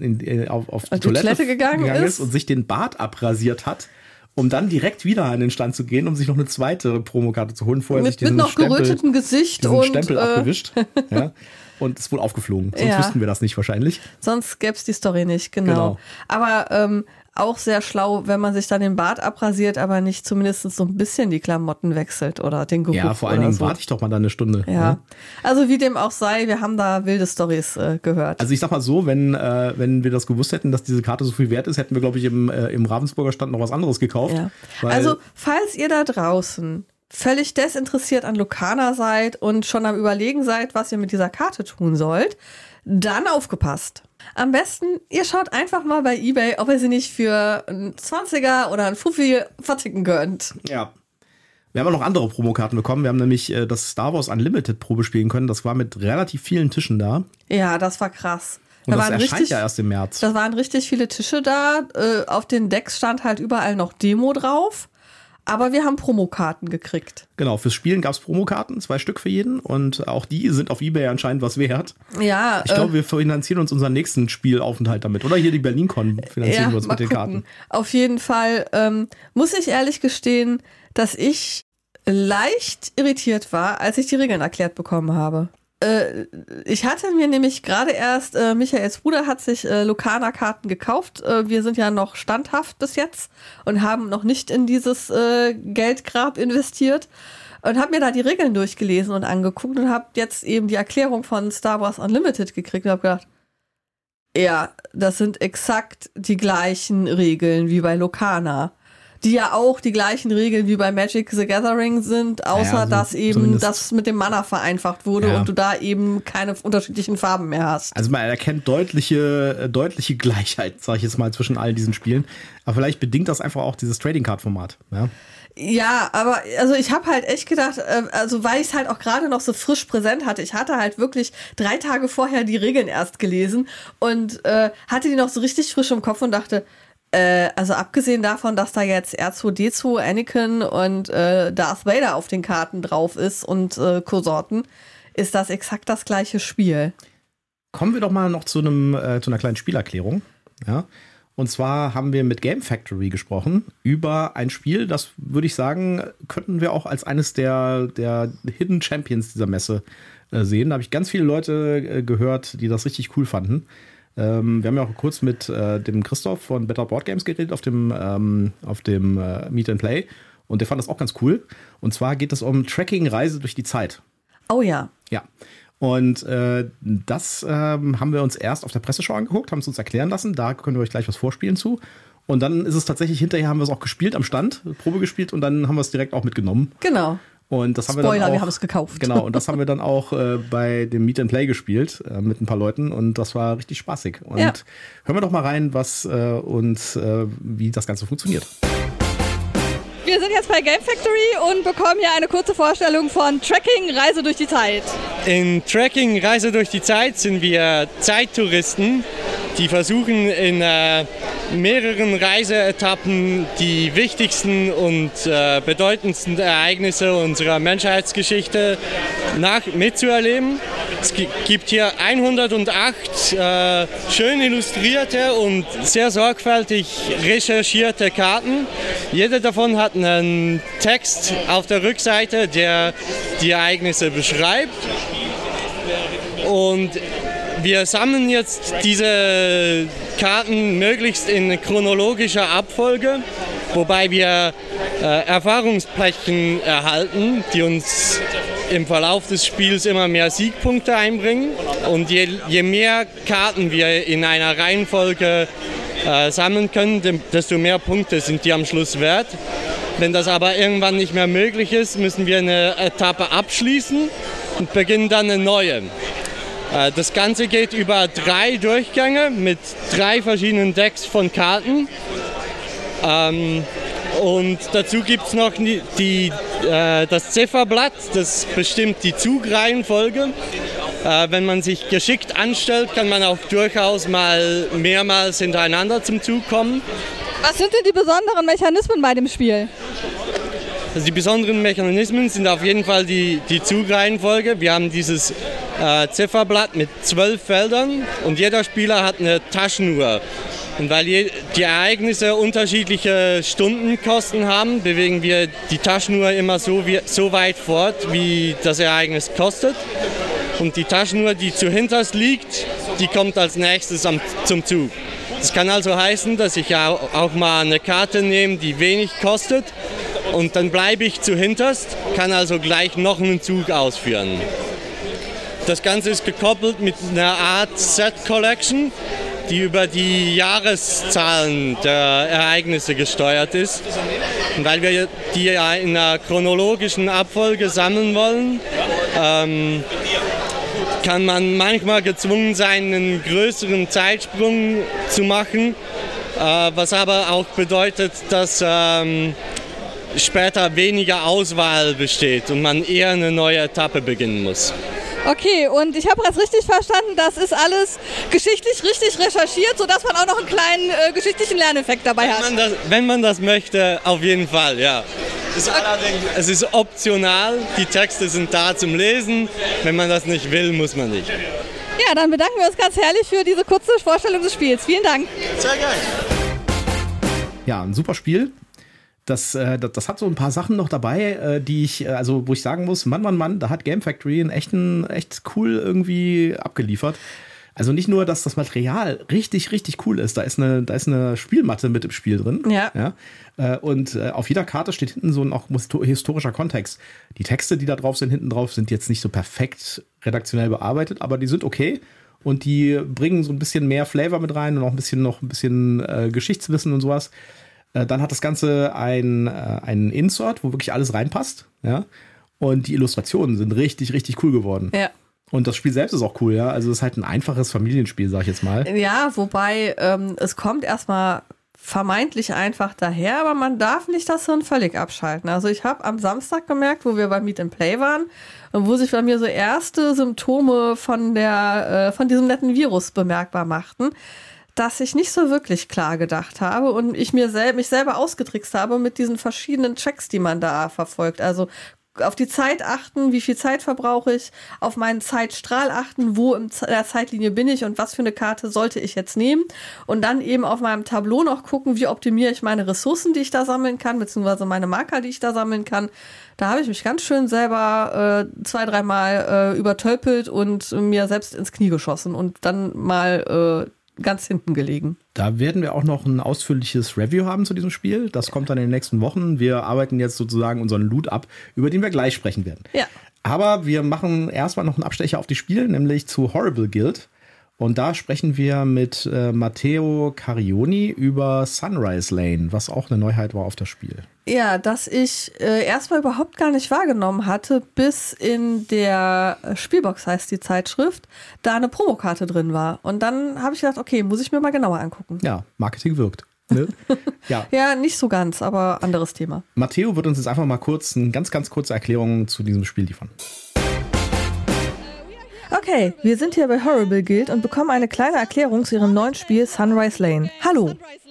auf die Toilette gegangen ist und sich den Bart abrasiert hat, um dann direkt wieder an den Stand zu gehen, um sich noch eine zweite Promokarte zu holen. Vorher sich diesen mit noch gerötetem Gesicht und Stempel abgewischt. Ja. Und ist wohl aufgeflogen. Sonst wüssten wir das nicht wahrscheinlich. Sonst gäbe es die Story nicht, genau. Aber auch sehr schlau, wenn man sich dann den Bart abrasiert, aber nicht zumindest so ein bisschen die Klamotten wechselt oder den Geruch. Ja, vor allen Dingen warte ich doch mal da eine Stunde. Ja. Also wie dem auch sei, wir haben da wilde Storys gehört. Also ich sag mal so, wenn wir das gewusst hätten, dass diese Karte so viel wert ist, hätten wir, glaube ich, im Ravensburger Stand noch was anderes gekauft. Ja. Also falls ihr da draußen völlig desinteressiert an Locana seid und schon am Überlegen seid, was ihr mit dieser Karte tun sollt, dann aufgepasst. Am besten, ihr schaut einfach mal bei eBay, ob ihr sie nicht für einen 20er oder einen Fuffi verticken könnt. Ja. Wir haben auch noch andere Promokarten bekommen. Wir haben nämlich das Star Wars Unlimited Probe spielen können. Das war mit relativ vielen Tischen da. Ja, das war krass. Und das erscheint ja erst im März. Da waren richtig viele Tische da. Auf den Decks stand halt überall noch Demo drauf. Aber wir haben Promokarten gekriegt. Genau, fürs Spielen gab es Promokarten, 2 Stück für jeden. Und auch die sind auf eBay anscheinend was wert. Ja. Ich glaube, wir finanzieren uns unseren nächsten Spielaufenthalt damit. Oder hier die BerlinCon finanzieren wir uns mit den Karten. Auf jeden Fall muss ich ehrlich gestehen, dass ich leicht irritiert war, als ich die Regeln erklärt bekommen habe. Ich hatte mir nämlich gerade erst, Michaels Bruder hat sich Locana-Karten gekauft. Wir sind ja noch standhaft bis jetzt und haben noch nicht in dieses Geldgrab investiert. Und habe mir da die Regeln durchgelesen und angeguckt und habe jetzt eben die Erklärung von Star Wars Unlimited gekriegt und habe gedacht, ja, das sind exakt die gleichen Regeln wie bei Locana. Die ja auch die gleichen Regeln wie bei Magic the Gathering sind, außer dass eben das mit dem Mana vereinfacht wurde und du da eben keine unterschiedlichen Farben mehr hast. Also man erkennt deutliche Gleichheit, sage ich jetzt mal, zwischen all diesen Spielen. Aber vielleicht bedingt das einfach auch dieses Trading Card Format. Ja, aber also ich habe halt echt gedacht, also weil ich es halt auch gerade noch so frisch präsent hatte, ich hatte halt wirklich 3 Tage vorher die Regeln erst gelesen und hatte die noch so richtig frisch im Kopf und dachte, also abgesehen davon, dass da jetzt R2-D2, Anakin und Darth Vader auf den Karten drauf ist und Konsorten, ist das exakt das gleiche Spiel. Kommen wir doch mal noch zu einer kleinen Spielerklärung. Ja? Und zwar haben wir mit Game Factory gesprochen über ein Spiel, das würde ich sagen, könnten wir auch als eines der Hidden Champions dieser Messe sehen. Da habe ich ganz viele Leute gehört, die das richtig cool fanden. Wir haben ja auch kurz mit dem Christoph von Better Board Games geredet auf dem Meet and Play und der fand das auch ganz cool. Und zwar geht es um Tracking Reise durch die Zeit. Oh ja. Ja. Und das haben wir uns erst auf der Presseschau angeguckt, haben es uns erklären lassen. Da können wir euch gleich was vorspielen zu. Und dann ist es tatsächlich, hinterher haben wir es auch gespielt am Stand, Probe gespielt und dann haben wir es direkt auch mitgenommen. Genau. Und das haben Spoiler, wir dann auch, wir haben es gekauft. Genau, und das haben wir dann auch bei dem Meet and Play gespielt mit ein paar Leuten und das war richtig spaßig. Und hören wir doch mal rein, wie das Ganze funktioniert. Wir sind jetzt bei Game Factory und bekommen hier eine kurze Vorstellung von Tracking Reise durch die Zeit. In Tracking Reise durch die Zeit sind wir Zeittouristen, die versuchen in mehreren Reiseetappen die wichtigsten und bedeutendsten Ereignisse unserer Menschheitsgeschichte mitzuerleben. Es gibt hier 108 schön illustrierte und sehr sorgfältig recherchierte Karten. Jede davon hat einen Text auf der Rückseite, der die Ereignisse beschreibt. Und wir sammeln jetzt diese Karten möglichst in chronologischer Abfolge, wobei wir Erfahrungsplättchen erhalten, die uns im Verlauf des Spiels immer mehr Siegpunkte einbringen. Und je mehr Karten wir in einer Reihenfolge sammeln können, desto mehr Punkte sind die am Schluss wert. Wenn das aber irgendwann nicht mehr möglich ist, müssen wir eine Etappe abschließen und beginnen dann eine neue. Das Ganze geht über 3 Durchgänge mit 3 verschiedenen Decks von Karten. Und dazu gibt es noch das Zifferblatt, das bestimmt die Zugreihenfolge. Wenn man sich geschickt anstellt, kann man auch durchaus mal mehrmals hintereinander zum Zug kommen. Was sind denn die besonderen Mechanismen bei dem Spiel? Also die besonderen Mechanismen sind auf jeden Fall die Zugreihenfolge. Wir haben dieses Zifferblatt mit 12 Feldern und jeder Spieler hat eine Taschenuhr. Und weil die Ereignisse unterschiedliche Stundenkosten haben, bewegen wir die Taschenuhr immer so weit fort, wie das Ereignis kostet. Und die Taschenuhr, die zuhinterst liegt, die kommt als nächstes zum Zug. Das kann also heißen, dass ich auch mal eine Karte nehme, die wenig kostet. Und dann bleibe ich zuhinterst, kann also gleich noch einen Zug ausführen. Das Ganze ist gekoppelt mit einer Art Set Collection, die über die Jahreszahlen der Ereignisse gesteuert ist. Und weil wir die ja in einer chronologischen Abfolge sammeln wollen, kann man manchmal gezwungen sein, einen größeren Zeitsprung zu machen, was aber auch bedeutet, dass später weniger Auswahl besteht und man eher eine neue Etappe beginnen muss. Okay, und ich habe das richtig verstanden, das ist alles geschichtlich richtig recherchiert, sodass man auch noch einen kleinen geschichtlichen Lerneffekt dabei hat. Wenn man das möchte, auf jeden Fall, ja. Es ist optional, die Texte sind da zum Lesen. Wenn man das nicht will, muss man nicht. Ja, dann bedanken wir uns ganz herrlich für diese kurze Vorstellung des Spiels. Vielen Dank. Sehr geil. Ja, ein super Spiel. Das hat so ein paar Sachen noch dabei, wo ich sagen muss, Mann, da hat Game Factory echt cool irgendwie abgeliefert. Also nicht nur, dass das Material richtig, richtig cool ist. Da ist eine Spielmatte mit im Spiel drin. Ja. Und auf jeder Karte steht hinten so ein auch historischer Kontext. Die Texte, die da drauf sind, hinten drauf, sind jetzt nicht so perfekt redaktionell bearbeitet, aber die sind okay. Und die bringen so ein bisschen mehr Flavor mit rein und auch noch ein bisschen Geschichtswissen und sowas. Dann hat das Ganze ein Insert, wo wirklich alles reinpasst. Ja. Und die Illustrationen sind richtig, richtig cool geworden. Ja. Und das Spiel selbst ist auch cool, ja. Also es ist halt ein einfaches Familienspiel, sag ich jetzt mal. Ja, wobei es kommt erstmal vermeintlich einfach daher, aber man darf nicht das Hirn völlig abschalten. Also ich habe am Samstag gemerkt, wo wir bei Meet and Play waren und wo sich bei mir so erste Symptome von diesem netten Virus bemerkbar machten, dass ich nicht so wirklich klar gedacht habe und ich mich selber ausgetrickst habe mit diesen verschiedenen Checks, die man da verfolgt. Also auf die Zeit achten, wie viel Zeit verbrauche ich, auf meinen Zeitstrahl achten, wo in der Zeitlinie bin ich und was für eine Karte sollte ich jetzt nehmen und dann eben auf meinem Tableau noch gucken, wie optimiere ich meine Ressourcen, die ich da sammeln kann, beziehungsweise meine Marker, die ich da sammeln kann. Da habe ich mich ganz schön selber 2-3 Mal übertölpelt und mir selbst ins Knie geschossen und dann mal ganz hinten gelegen. Da werden wir auch noch ein ausführliches Review haben zu diesem Spiel. Das kommt dann in den nächsten Wochen. Wir arbeiten jetzt sozusagen unseren Loot ab, über den wir gleich sprechen werden. Ja. Aber wir machen erstmal noch einen Abstecher auf die Spiele, nämlich zu Horrible Guild. Und da sprechen wir mit Matteo Carioni über Sunrise Lane, was auch eine Neuheit war auf das Spiel. Ja, dass ich erstmal überhaupt gar nicht wahrgenommen hatte, bis in der Spielbox, heißt die Zeitschrift, da eine Promokarte drin war. Und dann habe ich gedacht, okay, muss ich mir mal genauer angucken. Ja, Marketing wirkt. Ne? Ja. Ja, nicht so ganz, aber anderes Thema. Matteo wird uns jetzt einfach mal eine ganz, ganz kurze Erklärung zu diesem Spiel liefern. Okay, wir sind hier bei Horrible Guild und bekommen eine kleine Erklärung zu ihrem neuen Spiel Sunrise Lane. Hallo.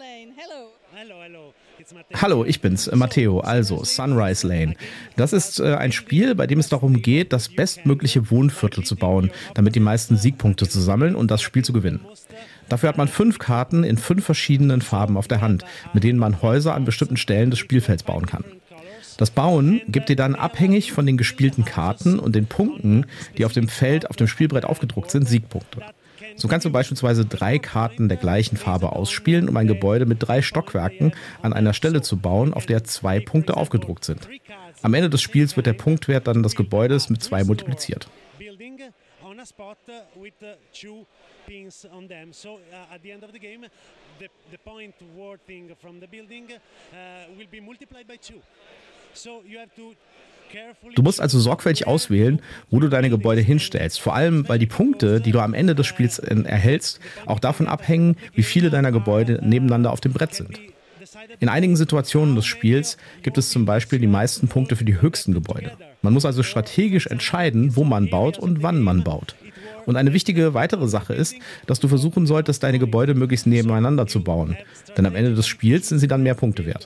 Hallo, ich bin's, Matteo, also Sunrise Lane. Das ist ein Spiel, bei dem es darum geht, das bestmögliche Wohnviertel zu bauen, damit die meisten Siegpunkte zu sammeln und das Spiel zu gewinnen. Dafür hat man 5 Karten in 5 verschiedenen Farben auf der Hand, mit denen man Häuser an bestimmten Stellen des Spielfelds bauen kann. Das Bauen gibt dir dann abhängig von den gespielten Karten und den Punkten, die auf dem Feld, auf dem Spielbrett aufgedruckt sind, Siegpunkte. So kannst du beispielsweise 3 Karten der gleichen Farbe ausspielen, um ein Gebäude mit 3 Stockwerken an einer Stelle zu bauen, auf der 2 Punkte aufgedruckt sind. Am Ende des Spiels wird der Punktwert dann des Gebäudes mit 2 multipliziert. Du musst also sorgfältig auswählen, wo du deine Gebäude hinstellst. Vor allem, weil die Punkte, die du am Ende des Spiels erhältst, auch davon abhängen, wie viele deiner Gebäude nebeneinander auf dem Brett sind. In einigen Situationen des Spiels gibt es zum Beispiel die meisten Punkte für die höchsten Gebäude. Man muss also strategisch entscheiden, wo man baut und wann man baut. Und eine wichtige weitere Sache ist, dass du versuchen solltest, deine Gebäude möglichst nebeneinander zu bauen. Denn am Ende des Spiels sind sie dann mehr Punkte wert.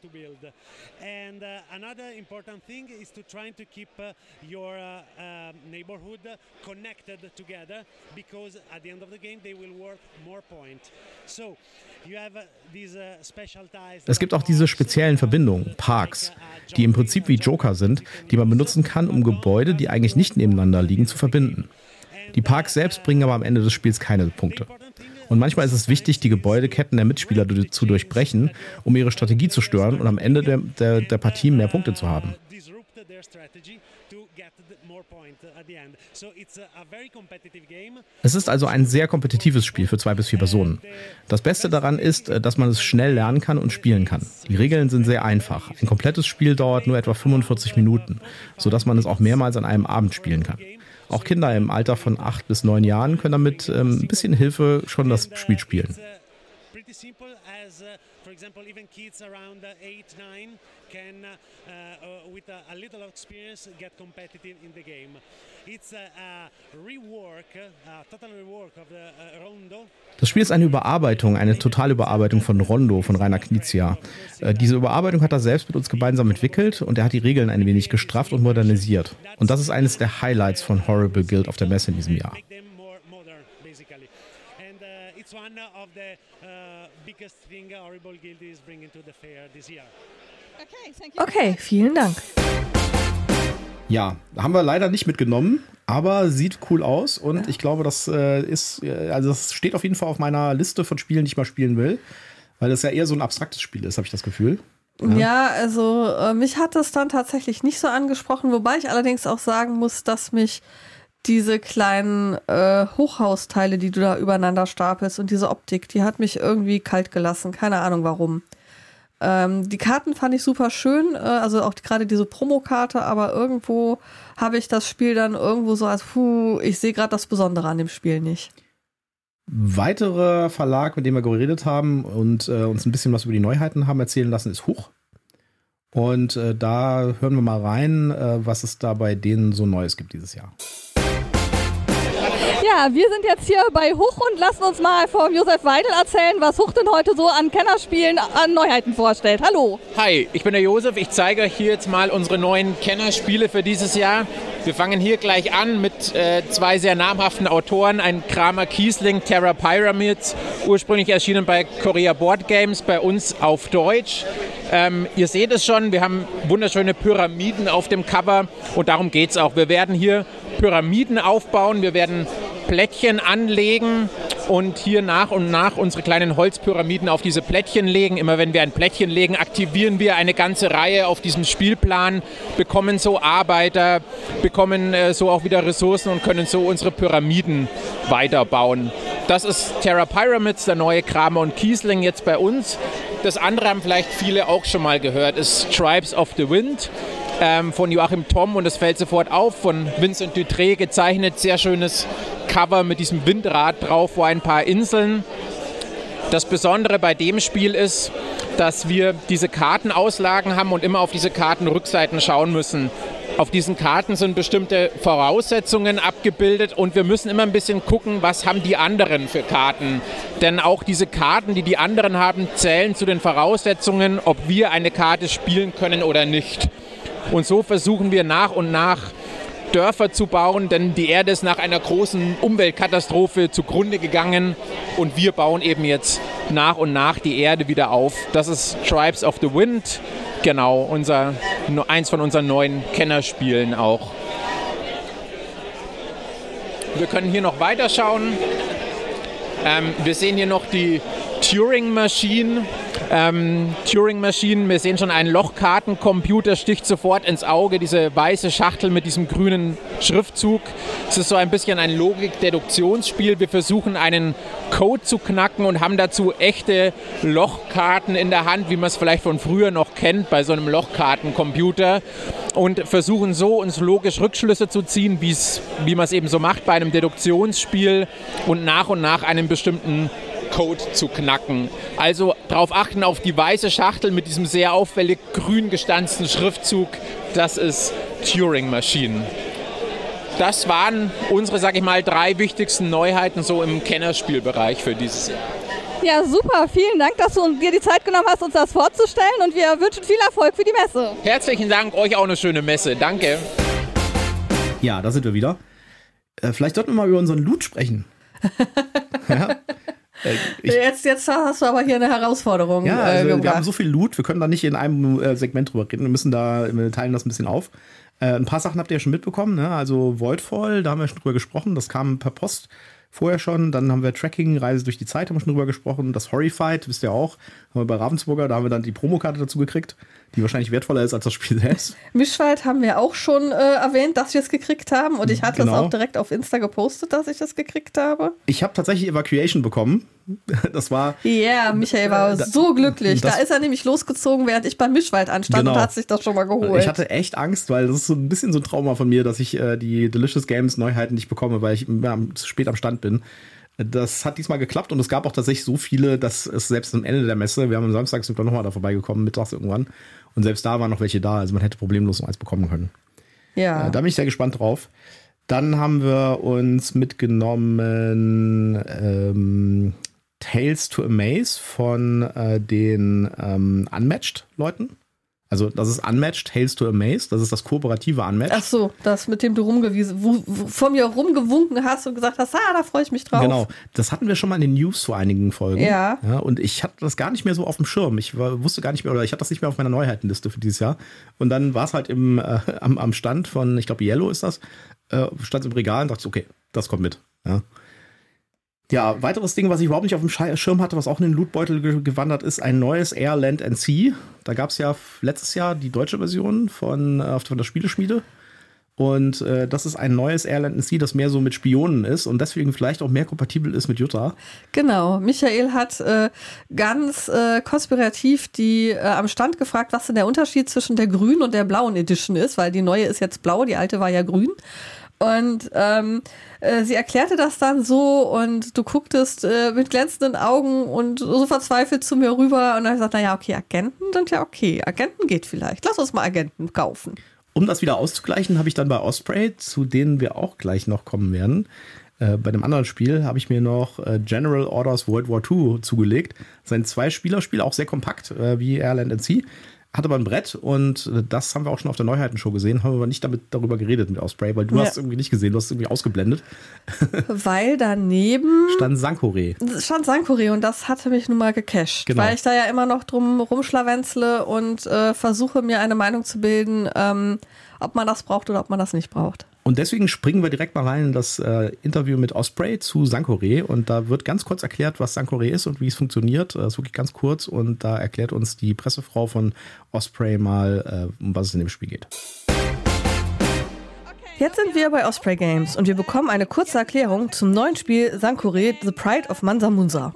Another important thing is to try to keep your neighborhood connected together, because at the end of the game they will worth more points. So you have these specialized. Es gibt auch diese speziellen Verbindungen, Parks, die im Prinzip wie Joker sind, die man benutzen kann, um Gebäude, die eigentlich nicht nebeneinander liegen, zu verbinden. Die Parks selbst bringen aber am Ende des Spiels keine Punkte. Und manchmal ist es wichtig, die Gebäudeketten der Mitspieler zu durchbrechen, um ihre Strategie zu stören und am Ende der Partie mehr Punkte zu haben. Es ist also ein sehr kompetitives Spiel für 2 bis 4 Personen. Das Beste daran ist, dass man es schnell lernen kann und spielen kann. Die Regeln sind sehr einfach. Ein komplettes Spiel dauert nur etwa 45 Minuten, sodass man es auch mehrmals an einem Abend spielen kann. Auch Kinder im Alter von 8 bis 9 Jahren können damit ein bisschen Hilfe schon das Spiel spielen. For example, even kids around 8, 9 can, with a little experience, get competitive in the game. It's a rework, a total rework of the Rondo. Das Spiel ist eine Überarbeitung, eine totale Überarbeitung von Rondo, von Rainer Knizia. Diese Überarbeitung hat er selbst mit uns gemeinsam entwickelt und er hat die Regeln ein wenig gestrafft und modernisiert. Und das ist eines der Highlights von Horrible Guild auf der Messe in diesem Jahr. It's one of the biggest thing Horrible Guild is bringing to the fair this year. Okay, thank you. Okay, vielen Dank. Ja, haben wir leider nicht mitgenommen, aber sieht cool aus und ich glaube, das das steht auf jeden Fall auf meiner Liste von Spielen, die ich mal spielen will, weil das ja eher so ein abstraktes Spiel ist, habe ich das Gefühl. Ja, also mich hat das dann tatsächlich nicht so angesprochen, wobei ich allerdings auch sagen muss, dass mich diese kleinen Hochhausteile, die du da übereinander stapelst und diese Optik, die hat mich irgendwie kalt gelassen. Keine Ahnung warum. Die Karten fand ich super schön, also auch gerade diese Promokarte, aber irgendwo habe ich das Spiel dann irgendwo so als, ich sehe gerade das Besondere an dem Spiel nicht. Weiterer Verlag, mit dem wir geredet haben und uns ein bisschen was über die Neuheiten haben erzählen lassen, ist Huch. Und da hören wir mal rein, was es da bei denen so Neues gibt dieses Jahr. Ja, wir sind jetzt hier bei Huch und lassen uns mal vom Josef Weidel erzählen, was Huch denn heute so an Kennerspielen, an Neuheiten vorstellt. Hallo. Hi, ich bin der Josef. Ich zeige euch hier jetzt mal unsere neuen Kennerspiele für dieses Jahr. Wir fangen hier gleich an mit zwei sehr namhaften Autoren. Ein Kramer Kiesling, Terra Pyramids, ursprünglich erschienen bei Korea Board Games, bei uns auf Deutsch. Ihr seht es schon, wir haben wunderschöne Pyramiden auf dem Cover und darum geht es auch. Wir werden hier Pyramiden aufbauen, wir werden Plättchen anlegen und hier nach und nach unsere kleinen Holzpyramiden auf diese Plättchen legen. Immer wenn wir ein Plättchen legen, aktivieren wir eine ganze Reihe auf diesem Spielplan, bekommen so Arbeiter, bekommen so auch wieder Ressourcen und können so unsere Pyramiden weiterbauen. Das ist Terra Pyramids, der neue Kramer und Kiesling jetzt bei uns. Das andere haben vielleicht viele auch schon mal gehört, ist Tribes of the Wind von Joachim Tomm und es fällt sofort auf, von Vincent Dutré gezeichnet, sehr schönes Cover mit diesem Windrad drauf, wo ein paar Inseln. Das Besondere bei dem Spiel ist, dass wir diese Kartenauslagen haben und immer auf diese Kartenrückseiten schauen müssen. Auf diesen Karten sind bestimmte Voraussetzungen abgebildet und wir müssen immer ein bisschen gucken, was haben die anderen für Karten. Denn auch diese Karten, die die anderen haben, zählen zu den Voraussetzungen, ob wir eine Karte spielen können oder nicht. Und so versuchen wir nach und nach Dörfer zu bauen, denn die Erde ist nach einer großen Umweltkatastrophe zugrunde gegangen und wir bauen eben jetzt nach und nach die Erde wieder auf. Das ist Tribes of the Wind, genau, eins von unseren neuen Kennerspielen auch. Wir können hier noch weiterschauen. Wir sehen hier noch die Turing Machine. Wir sehen schon einen Lochkartencomputer, sticht sofort ins Auge, diese weiße Schachtel mit diesem grünen Schriftzug. Es ist so ein bisschen ein Logik-Deduktionsspiel. Wir versuchen einen Code zu knacken und haben dazu echte Lochkarten in der Hand, wie man es vielleicht von früher noch kennt bei so einem Lochkartencomputer und versuchen so uns logisch Rückschlüsse zu ziehen, wie man es eben so macht bei einem Deduktionsspiel und nach einen bestimmten Code zu knacken. Also darauf achten auf die weiße Schachtel mit diesem sehr auffällig grün gestanzten Schriftzug. Das ist Turing Machine. Das waren unsere, sag ich mal, 3 wichtigsten Neuheiten so im Kennerspielbereich für dieses Jahr. Ja, super. Vielen Dank, dass du dir die Zeit genommen hast, uns das vorzustellen und wir wünschen viel Erfolg für die Messe. Herzlichen Dank, euch auch eine schöne Messe. Danke. Ja, da sind wir wieder. Vielleicht sollten wir mal über unseren Loot sprechen. Ja. Jetzt hast du aber hier eine Herausforderung. Ja, also wir haben so viel Loot, wir können da nicht in einem Segment drüber reden. Wir teilen das ein bisschen auf. Ein paar Sachen habt ihr ja schon mitbekommen, ne? Also Voidfall, da haben wir schon drüber gesprochen, das kam per Post vorher schon. Dann haben wir Tracking, Reise durch die Zeit, haben wir schon drüber gesprochen. Das Horrified, wisst ihr auch, haben wir bei Ravensburger, da haben wir dann die Promokarte dazu gekriegt, die wahrscheinlich wertvoller ist als das Spiel selbst. Mischwald haben wir auch schon erwähnt, dass wir es gekriegt haben und ich hatte es auch direkt auf Insta gepostet, dass ich es gekriegt habe. Ich habe tatsächlich Evacuation bekommen. Das war... Ja, Michael war so glücklich. Da ist er nämlich losgezogen, während ich beim Mischwald anstand und hat sich das schon mal geholt. Ich hatte echt Angst, weil das ist so ein bisschen so ein Trauma von mir, dass ich die Delicious Games Neuheiten nicht bekomme, weil ich spät am Stand bin. Das hat diesmal geklappt und es gab auch tatsächlich so viele, dass es selbst am Ende der Messe, wir haben am Samstag sind wir nochmal da vorbeigekommen, mittags irgendwann, und selbst da waren noch welche da, also man hätte problemlos noch eins bekommen können. Ja. Da bin ich sehr gespannt drauf. Dann haben wir uns mitgenommen Tales to Amaze von den Unmatched-Leuten. Also das ist Unmatched, Tales to Amaze, das ist das kooperative Unmatched. Ach so, das mit dem du von mir rumgewunken hast und gesagt hast, da freue ich mich drauf. Genau, das hatten wir schon mal in den News vor einigen Folgen. Ja. Und ich hatte das gar nicht mehr so auf dem Schirm. Ich wusste gar nicht mehr, oder ich hatte das nicht mehr auf meiner Neuheitenliste für dieses Jahr. Und dann war es halt am Stand von, ich glaube Yellow ist das, stand im Regal und dachte, okay, das kommt mit. Ja, weiteres Ding, was ich überhaupt nicht auf dem Schirm hatte, was auch in den Lootbeutel gewandert ist, ein neues Air, Land and Sea. Da gab es ja letztes Jahr die deutsche Version von der Spieleschmiede. Und das ist ein neues Air, Land and Sea, das mehr so mit Spionen ist und deswegen vielleicht auch mehr kompatibel ist mit Jutta. Genau, Michael hat ganz konspirativ die am Stand gefragt, was denn der Unterschied zwischen der grünen und der blauen Edition ist, weil die neue ist jetzt blau, die alte war ja grün. Und sie erklärte das dann so und du gucktest mit glänzenden Augen und so verzweifelt zu mir rüber und dann habe ich gesagt, naja, okay, Agenten sind ja okay. Agenten geht vielleicht. Lass uns mal Agenten kaufen. Um das wieder auszugleichen, habe ich dann bei Osprey, zu denen wir auch gleich noch kommen werden, bei dem anderen Spiel habe ich mir noch General Orders World War II zugelegt. Das ist ein 2-Spieler-Spiel, auch sehr kompakt wie Air, Land and Sea. Hat aber ein Brett und das haben wir auch schon auf der Neuheitenshow gesehen, haben aber nicht darüber geredet mit Osprey, weil du hast es irgendwie nicht gesehen, du hast es irgendwie ausgeblendet. Weil daneben stand Sankore. Und das hatte mich nun mal gecasht, genau. Weil ich da ja immer noch drum rumschlawenzle und versuche mir eine Meinung zu bilden, ob man das braucht oder ob man das nicht braucht. Und deswegen springen wir direkt mal rein in das Interview mit Osprey zu Sankore. Und da wird ganz kurz erklärt, was Sankore ist und wie es funktioniert. Das ist wirklich ganz kurz. Und da erklärt uns die Pressefrau von Osprey mal, um was es in dem Spiel geht. Jetzt sind wir bei Osprey Games und wir bekommen eine kurze Erklärung zum neuen Spiel Sankore, The Pride of Mansa Musa.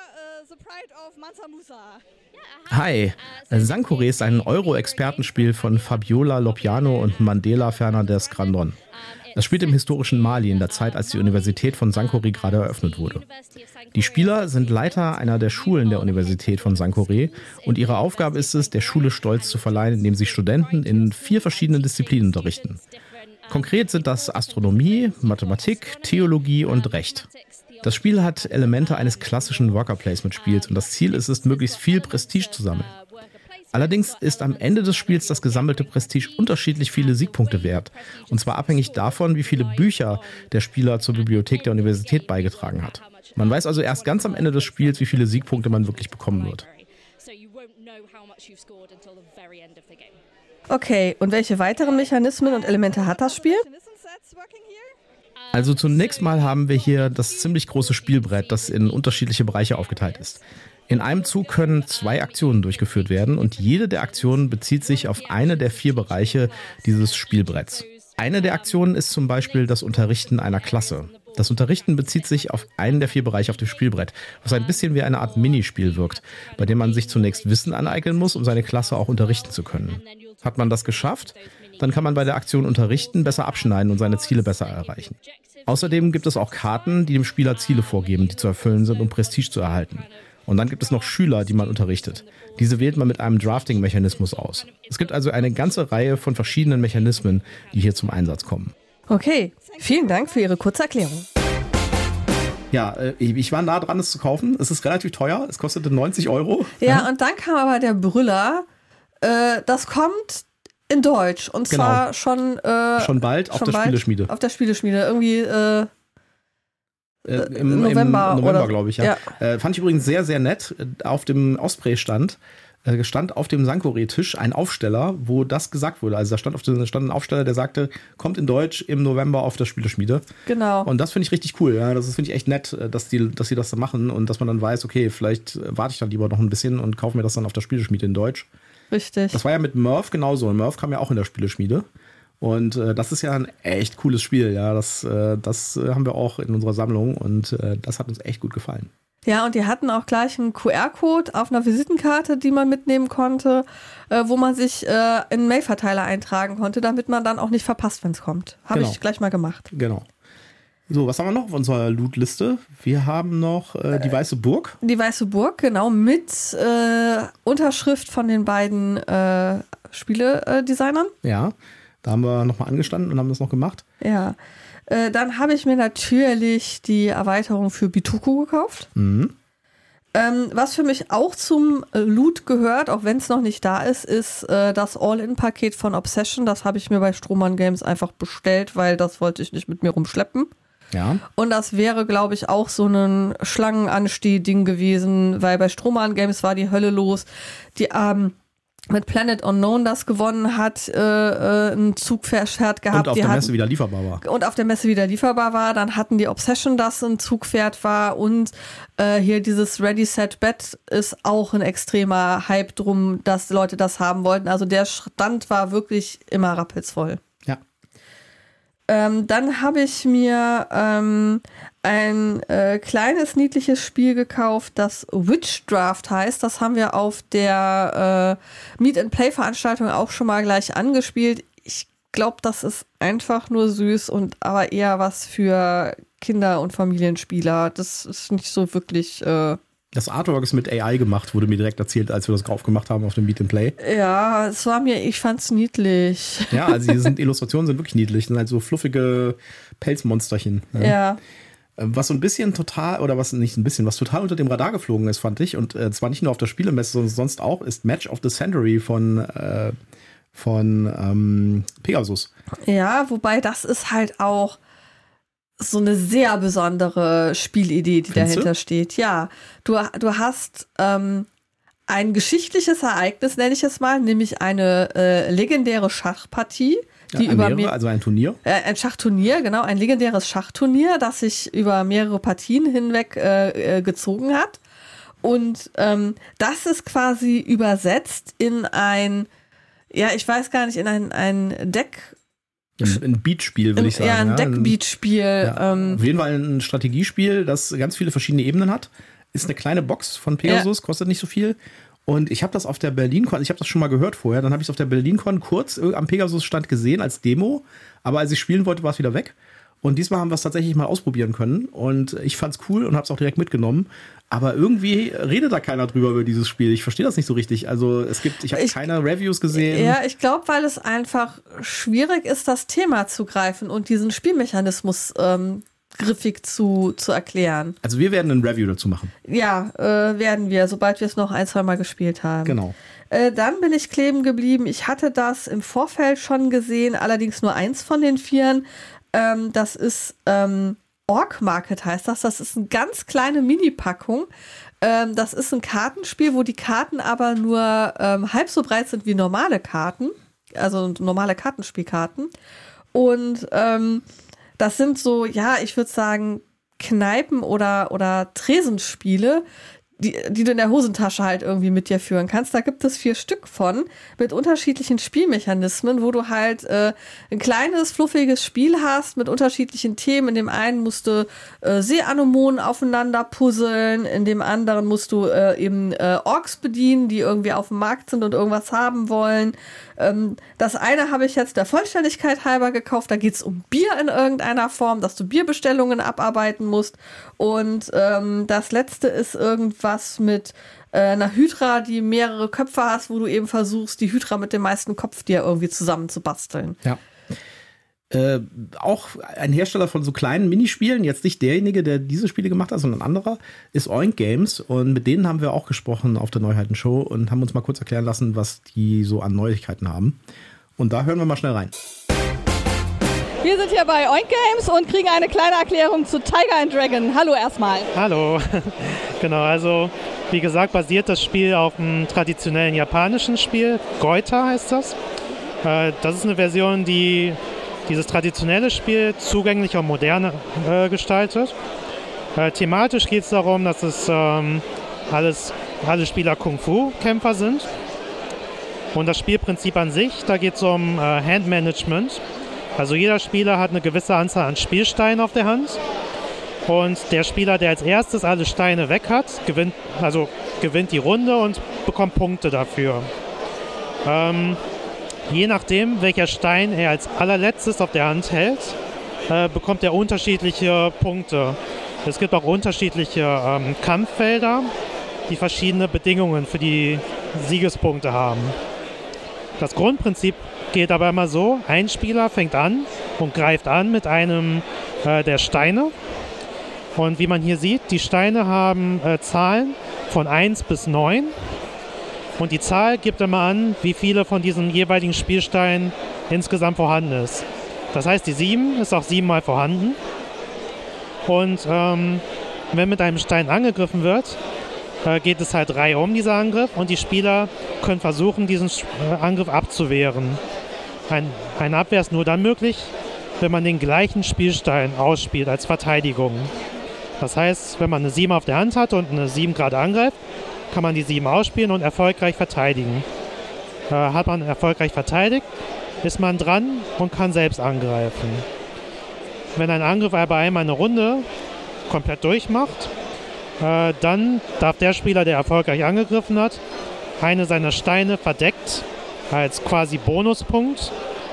Hi, Sankore ist ein Euro-Expertenspiel von Fabiola Lopiano und Mandela Fernandes Grandon. Das spielt im historischen Mali in der Zeit, als die Universität von Sankore gerade eröffnet wurde. Die Spieler sind Leiter einer der Schulen der Universität von Sankore und ihre Aufgabe ist es, der Schule Stolz zu verleihen, indem sie Studenten in 4 verschiedenen Disziplinen unterrichten. Konkret sind das Astronomie, Mathematik, Theologie und Recht. Das Spiel hat Elemente eines klassischen Worker-Placement-Spiels und das Ziel ist es, möglichst viel Prestige zu sammeln. Allerdings ist am Ende des Spiels das gesammelte Prestige unterschiedlich viele Siegpunkte wert. Und zwar abhängig davon, wie viele Bücher der Spieler zur Bibliothek der Universität beigetragen hat. Man weiß also erst ganz am Ende des Spiels, wie viele Siegpunkte man wirklich bekommen wird. Okay, und welche weiteren Mechanismen und Elemente hat das Spiel? Also zunächst mal haben wir hier das ziemlich große Spielbrett, das in unterschiedliche Bereiche aufgeteilt ist. In einem Zug können 2 Aktionen durchgeführt werden und jede der Aktionen bezieht sich auf eine der 4 Bereiche dieses Spielbretts. Eine der Aktionen ist zum Beispiel das Unterrichten einer Klasse. Das Unterrichten bezieht sich auf einen der 4 Bereiche auf dem Spielbrett, was ein bisschen wie eine Art Minispiel wirkt, bei dem man sich zunächst Wissen aneignen muss, um seine Klasse auch unterrichten zu können. Hat man das geschafft, dann kann man bei der Aktion Unterrichten besser abschneiden und seine Ziele besser erreichen. Außerdem gibt es auch Karten, die dem Spieler Ziele vorgeben, die zu erfüllen sind, um Prestige zu erhalten. Und dann gibt es noch Schüler, die man unterrichtet. Diese wählt man mit einem Drafting-Mechanismus aus. Es gibt also eine ganze Reihe von verschiedenen Mechanismen, die hier zum Einsatz kommen. Okay, vielen Dank für Ihre kurze Erklärung. Ja, ich war nah dran, es zu kaufen. Es ist relativ teuer, es kostete 90 €. Ja, und dann kam aber der Brüller. Das kommt in Deutsch. Und zwar schon bald auf der Spieleschmiede. Auf der Spieleschmiede. Irgendwie im November, glaube ich. Ja. Fand ich übrigens sehr, sehr nett. Auf dem Osprey-Stand stand auf dem Sankore-Tisch ein Aufsteller, wo das gesagt wurde. Also da stand ein Aufsteller, der sagte, kommt in Deutsch im November auf der Spieleschmiede. Genau. Und das finde ich richtig cool. Ja. Das finde ich echt nett, dass sie das dann machen und dass man dann weiß, okay, vielleicht warte ich dann lieber noch ein bisschen und kaufe mir das dann auf der Spieleschmiede in Deutsch. Richtig. Das war ja mit Murph genauso. Murph kam ja auch in der Spieleschmiede. Und das ist ja ein echt cooles Spiel. Ja, das haben wir auch in unserer Sammlung und das hat uns echt gut gefallen. Ja, und die hatten auch gleich einen QR-Code auf einer Visitenkarte, die man mitnehmen konnte, wo man sich in einen Mailverteiler eintragen konnte, damit man dann auch nicht verpasst, wenn es kommt. Habe ich gleich mal gemacht. Genau. So, was haben wir noch auf unserer Loot-Liste? Wir haben noch die Weiße Burg. Die Weiße Burg, genau, mit Unterschrift von den beiden Spieledesignern. Ja, da haben wir nochmal angestanden und haben das noch gemacht. Ja, dann habe ich mir natürlich die Erweiterung für Bituku gekauft. Mhm. Was für mich auch zum Loot gehört, auch wenn es noch nicht da ist, ist das All-In-Paket von Obsession. Das habe ich mir bei Strohmann Games einfach bestellt, weil das wollte ich nicht mit mir rumschleppen. Ja. Und das wäre, glaube ich, auch so ein Schlangenansteh-Ding gewesen, weil bei Strohmann Games war die Hölle los. Die mit Planet Unknown das gewonnen hat, ein Zugpferd gehabt. Und auf der Messe wieder lieferbar war. Und auf der Messe wieder lieferbar war. Dann hatten die Obsession, das ein Zugpferd war. Und hier dieses Ready, Set, Bet ist auch ein extremer Hype drum, dass Leute das haben wollten. Also der Stand war wirklich immer rappelsvoll. Ja. Dann habe ich mir ein kleines, niedliches Spiel gekauft, das Witch Draft heißt. Das haben wir auf der Meet-and-Play-Veranstaltung auch schon mal gleich angespielt. Ich glaube, das ist einfach nur süß und aber eher was für Kinder- und Familienspieler. Das ist nicht so wirklich... Das Artwork ist mit AI gemacht, wurde mir direkt erzählt, als wir das drauf gemacht haben auf dem Meet and Play. Ja, ich fand's niedlich. Ja, also Illustrationen sind wirklich niedlich. Das sind halt so fluffige Pelzmonsterchen. Ja. Was so ein bisschen total, oder was nicht ein bisschen, was total unter dem Radar geflogen ist, fand ich. Und zwar nicht nur auf der Spielemesse, sondern sonst auch, ist Match of the Century von Pegasus. Ja, wobei das ist halt auch so eine sehr besondere Spielidee, die dahinter steht. Ja, du hast ein geschichtliches Ereignis, nenne ich es mal, nämlich eine legendäre Schachpartie, die also ein Turnier. Ein Schachturnier, genau, ein legendäres Schachturnier, das sich über mehrere Partien hinweg gezogen hat. Und das ist quasi übersetzt in ein, ja, ich weiß gar nicht, in ein Deck. Ein Beatspiel, würde ich sagen. Ja, ein Deck-Beatspiel. Ja. Auf jeden Fall ein Strategiespiel, das ganz viele verschiedene Ebenen hat. Ist eine kleine Box von Pegasus, kostet nicht so viel. Und ich habe das auf der BerlinCon, ich habe das schon mal gehört vorher, dann habe ich es auf der BerlinCon kurz am Pegasus-Stand gesehen als Demo. Aber als ich spielen wollte, war es wieder weg. Und diesmal haben wir es tatsächlich mal ausprobieren können. Und ich fand's cool und habe es auch direkt mitgenommen. Aber irgendwie redet da keiner drüber über dieses Spiel. Ich verstehe das nicht so richtig. Also ich habe keine Reviews gesehen. Ja, ich glaube, weil es einfach schwierig ist, das Thema zu greifen und diesen Spielmechanismus griffig zu erklären. Also wir werden ein Review dazu machen. Ja, werden wir, sobald wir es noch 1-2 Mal gespielt haben. Genau. Dann bin ich kleben geblieben. Ich hatte das im Vorfeld schon gesehen, allerdings nur eins von den 4. Das ist Orc Market heißt das. Das ist eine ganz kleine Mini-Packung. Das ist ein Kartenspiel, wo die Karten aber nur halb so breit sind wie normale Karten. Also normale Kartenspielkarten. Und das sind so, ja, ich würde sagen, Kneipen- oder Tresenspiele, die du in der Hosentasche halt irgendwie mit dir führen kannst. Da gibt es 4 Stück von, mit unterschiedlichen Spielmechanismen, wo du halt ein kleines, fluffiges Spiel hast mit unterschiedlichen Themen. In dem einen musst du Seeanemonen aufeinander puzzeln, in dem anderen musst du eben Orks bedienen, die irgendwie auf dem Markt sind und irgendwas haben wollen. Das eine habe ich jetzt der Vollständigkeit halber gekauft, da geht es um Bier in irgendeiner Form, dass du Bierbestellungen abarbeiten musst. Und das letzte ist irgendwas mit einer Hydra, die mehrere Köpfe hast, wo du eben versuchst, die Hydra mit dem meisten Kopf dir irgendwie zusammenzubasteln. Ja. Auch ein Hersteller von so kleinen Minispielen, jetzt nicht derjenige, der diese Spiele gemacht hat, sondern ein anderer, ist Oink Games. Und mit denen haben wir auch gesprochen auf der Neuheiten-Show und haben uns mal kurz erklären lassen, was die so an Neuigkeiten haben. Und da hören wir mal schnell rein. Wir sind hier bei Oink Games und kriegen eine kleine Erklärung zu Tiger and Dragon. Hallo erstmal. Hallo. Genau, also wie gesagt, basiert das Spiel auf einem traditionellen japanischen Spiel. Goita heißt das. Das ist eine Version, die dieses traditionelle Spiel zugänglicher und moderner gestaltet. Thematisch geht es darum, dass es alle Spieler Kung-Fu-Kämpfer sind. Und das Spielprinzip an sich, da geht es um Handmanagement. Also jeder Spieler hat eine gewisse Anzahl an Spielsteinen auf der Hand. Und der Spieler, der als erstes alle Steine weg hat, gewinnt die Runde und bekommt Punkte dafür. Je nachdem, welcher Stein er als allerletztes auf der Hand hält, bekommt er unterschiedliche Punkte. Es gibt auch unterschiedliche Kampffelder, die verschiedene Bedingungen für die Siegespunkte haben. Das Grundprinzip geht aber immer so, ein Spieler fängt an und greift an mit einem der Steine. Und wie man hier sieht, die Steine haben Zahlen von 1 bis 9. Und die Zahl gibt immer an, wie viele von diesen jeweiligen Spielsteinen insgesamt vorhanden ist. Das heißt, die 7 ist auch 7 mal vorhanden. Und wenn mit einem Stein angegriffen wird, geht es halt Reihe um, dieser Angriff. Und die Spieler können versuchen, diesen Angriff abzuwehren. Eine Abwehr ist nur dann möglich, wenn man den gleichen Spielstein ausspielt als Verteidigung. Das heißt, wenn man eine 7 auf der Hand hat und eine 7 gerade angreift, kann man die 7 ausspielen und erfolgreich verteidigen. Hat man erfolgreich verteidigt, ist man dran und kann selbst angreifen. Wenn ein Angriff aber einmal eine Runde komplett durchmacht, dann darf der Spieler, der erfolgreich angegriffen hat, eine seiner Steine verdeckt als quasi Bonuspunkt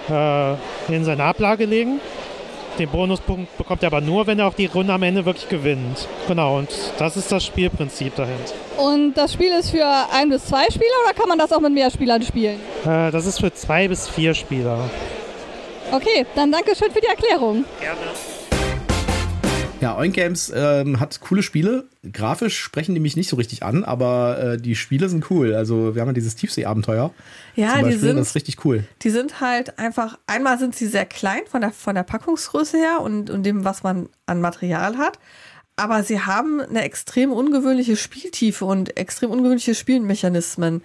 in seine Ablage legen. Den Bonuspunkt bekommt er aber nur, wenn er auch die Runde am Ende wirklich gewinnt. Genau, und das ist das Spielprinzip dahinter. Und das Spiel ist für 1 bis 2 Spieler oder kann man das auch mit mehr Spielern spielen? Das ist für 2 bis 4 Spieler. Okay, dann danke schön für die Erklärung. Gerne. Ja, Oink Games hat coole Spiele. Grafisch sprechen die mich nicht so richtig an, aber die Spiele sind cool. Also wir haben ja dieses Tiefsee-Abenteuer. Ja, das ist richtig cool. Die sind halt einfach, einmal sind sie sehr klein von der Packungsgröße her und dem, was man an Material hat. Aber sie haben eine extrem ungewöhnliche Spieltiefe und extrem ungewöhnliche Spielmechanismen.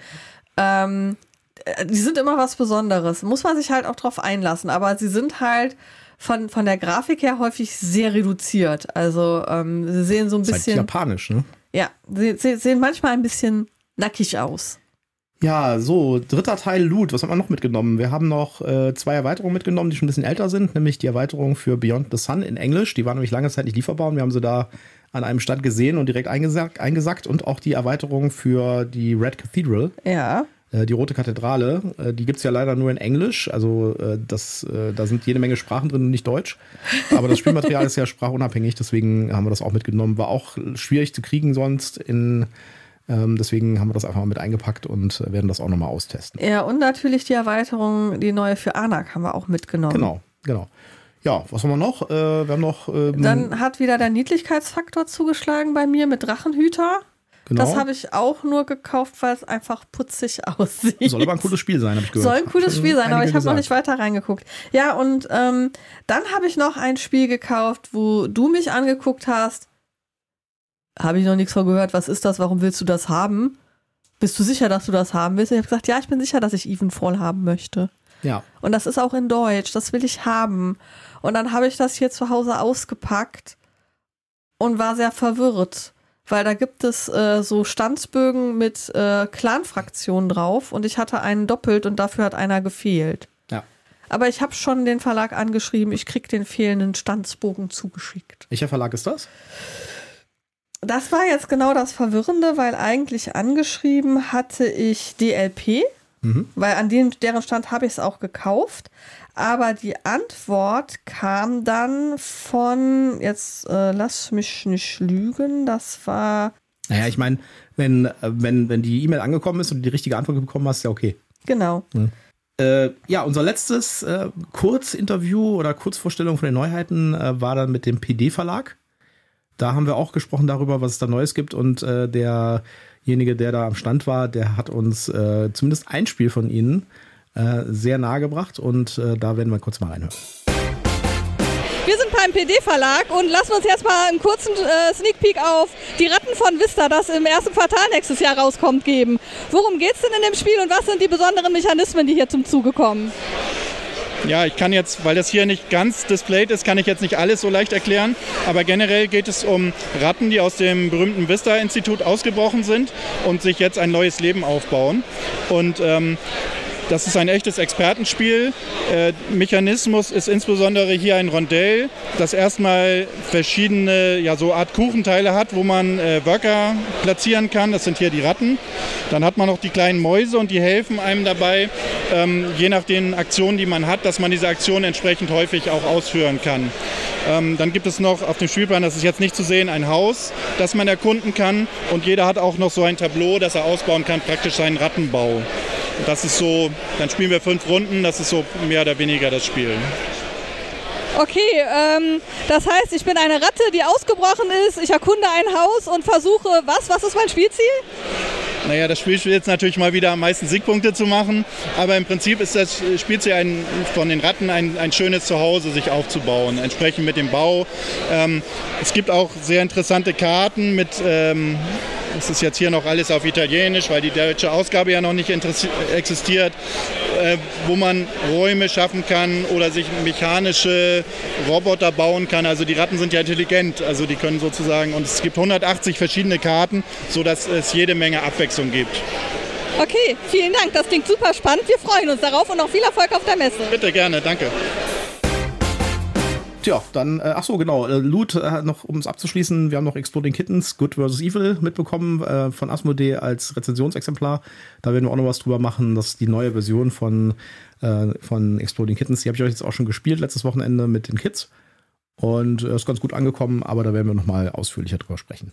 Die sind immer was Besonderes. Muss man sich halt auch drauf einlassen. Aber sie sind halt von der Grafik her häufig sehr reduziert. Also sie sehen so ein bisschen... Das ist halt japanisch, ne? Ja, sie sehen manchmal ein bisschen nackig aus. Ja, so, 3. Teil Loot. Was haben wir noch mitgenommen? Wir haben noch 2 Erweiterungen mitgenommen, die schon ein bisschen älter sind. Nämlich die Erweiterung für Beyond the Sun in Englisch. Die waren nämlich lange Zeit nicht lieferbar und wir haben sie da an einem Stand gesehen und direkt eingesackt. Und auch die Erweiterung für die Red Cathedral. Ja. Die Rote Kathedrale, die gibt es ja leider nur in Englisch, also da sind jede Menge Sprachen drin und nicht Deutsch. Aber das Spielmaterial ist ja sprachunabhängig, deswegen haben wir das auch mitgenommen. War auch schwierig zu kriegen sonst, deswegen haben wir das einfach mal mit eingepackt und werden das auch nochmal austesten. Ja, und natürlich die Erweiterung, die neue für Anak haben wir auch mitgenommen. Genau. Ja, was haben wir noch? Wir haben noch... Dann hat wieder der Niedlichkeitsfaktor zugeschlagen bei mir mit Drachenhüter. Genau. Das habe ich auch nur gekauft, weil es einfach putzig aussieht. Soll aber ein cooles Spiel sein, habe ich gehört. Soll ein cooles Spiel sein, aber ich habe noch nicht weiter reingeguckt. Ja, und dann habe ich noch ein Spiel gekauft, wo du mich angeguckt hast. Habe ich noch nichts von gehört. Was ist das? Warum willst du das haben? Bist du sicher, dass du das haben willst? Ich habe gesagt, ja, ich bin sicher, dass ich Evenfall haben möchte. Ja. Und das ist auch in Deutsch. Das will ich haben. Und dann habe ich das hier zu Hause ausgepackt und war sehr verwirrt. Weil da gibt es so Standsbögen mit Clan-Fraktionen drauf und ich hatte einen doppelt und dafür hat einer gefehlt. Ja. Aber ich habe schon den Verlag angeschrieben, ich kriege den fehlenden Standsbogen zugeschickt. Welcher Verlag ist das? Das war jetzt genau das Verwirrende, weil eigentlich angeschrieben hatte ich DLP, weil an deren Stand habe ich es auch gekauft. Aber die Antwort kam dann von, jetzt lass mich nicht lügen, das war... Naja, ich meine, wenn die E-Mail angekommen ist und du die richtige Antwort bekommen hast, ist ja okay. Genau. Ja, unser letztes Kurzinterview oder Kurzvorstellung von den Neuheiten war dann mit dem PD-Verlag. Da haben wir auch gesprochen darüber, was es da Neues gibt und derjenige, der da am Stand war, der hat uns zumindest ein Spiel von ihnen sehr nahe gebracht und da werden wir kurz mal reinhören. Wir sind beim PD-Verlag und lassen uns jetzt mal einen kurzen Sneak Peek auf die Ratten von Vista, das im ersten Quartal nächstes Jahr rauskommt, geben. Worum geht's denn in dem Spiel und was sind die besonderen Mechanismen, die hier zum Zuge kommen? Ja, ich kann jetzt, weil das hier nicht ganz displayed ist, kann ich jetzt nicht alles so leicht erklären. Aber generell geht es um Ratten, die aus dem berühmten Vista-Institut ausgebrochen sind und sich jetzt ein neues Leben aufbauen. Und das ist ein echtes Expertenspiel. Mechanismus ist insbesondere hier ein Rondell, das erstmal verschiedene, ja, so Art Kuchenteile hat, wo man Worker platzieren kann. Das sind hier die Ratten. Dann hat man noch die kleinen Mäuse und die helfen einem dabei, je nach den Aktionen, die man hat, dass man diese Aktionen entsprechend häufig auch ausführen kann. Dann gibt es noch auf dem Spielplan, das ist jetzt nicht zu sehen, ein Haus, das man erkunden kann. Und jeder hat auch noch so ein Tableau, das er ausbauen kann, praktisch seinen Rattenbau. Das ist so, dann spielen wir 5 Runden, das ist so mehr oder weniger das Spiel. Okay, das heißt, ich bin eine Ratte, die ausgebrochen ist, ich erkunde ein Haus und versuche, was ist mein Spielziel? Naja, das Spiel ist jetzt natürlich mal wieder am meisten Siegpunkte zu machen, aber im Prinzip ist das Spielziel von den Ratten ein schönes Zuhause sich aufzubauen, entsprechend mit dem Bau. Es gibt auch sehr interessante Karten mit, es ist jetzt hier noch alles auf Italienisch, weil die deutsche Ausgabe ja noch nicht existiert, wo man Räume schaffen kann oder sich mechanische Roboter bauen kann. Also die Ratten sind ja intelligent, also die können sozusagen, und es gibt 180 verschiedene Karten, sodass es jede Menge Abwechslung gibt. Okay, vielen Dank, das klingt super spannend. Wir freuen uns darauf und noch viel Erfolg auf der Messe. Bitte, gerne, danke. Tja, dann, genau, Loot, noch um es abzuschließen, wir haben noch Exploding Kittens, Good vs. Evil mitbekommen von Asmodee als Rezensionsexemplar. Da werden wir auch noch was drüber machen. Das ist die neue Version von Exploding Kittens. Die habe ich euch jetzt auch schon gespielt, letztes Wochenende mit den Kids. Und ist ganz gut angekommen, aber da werden wir noch mal ausführlicher drüber sprechen.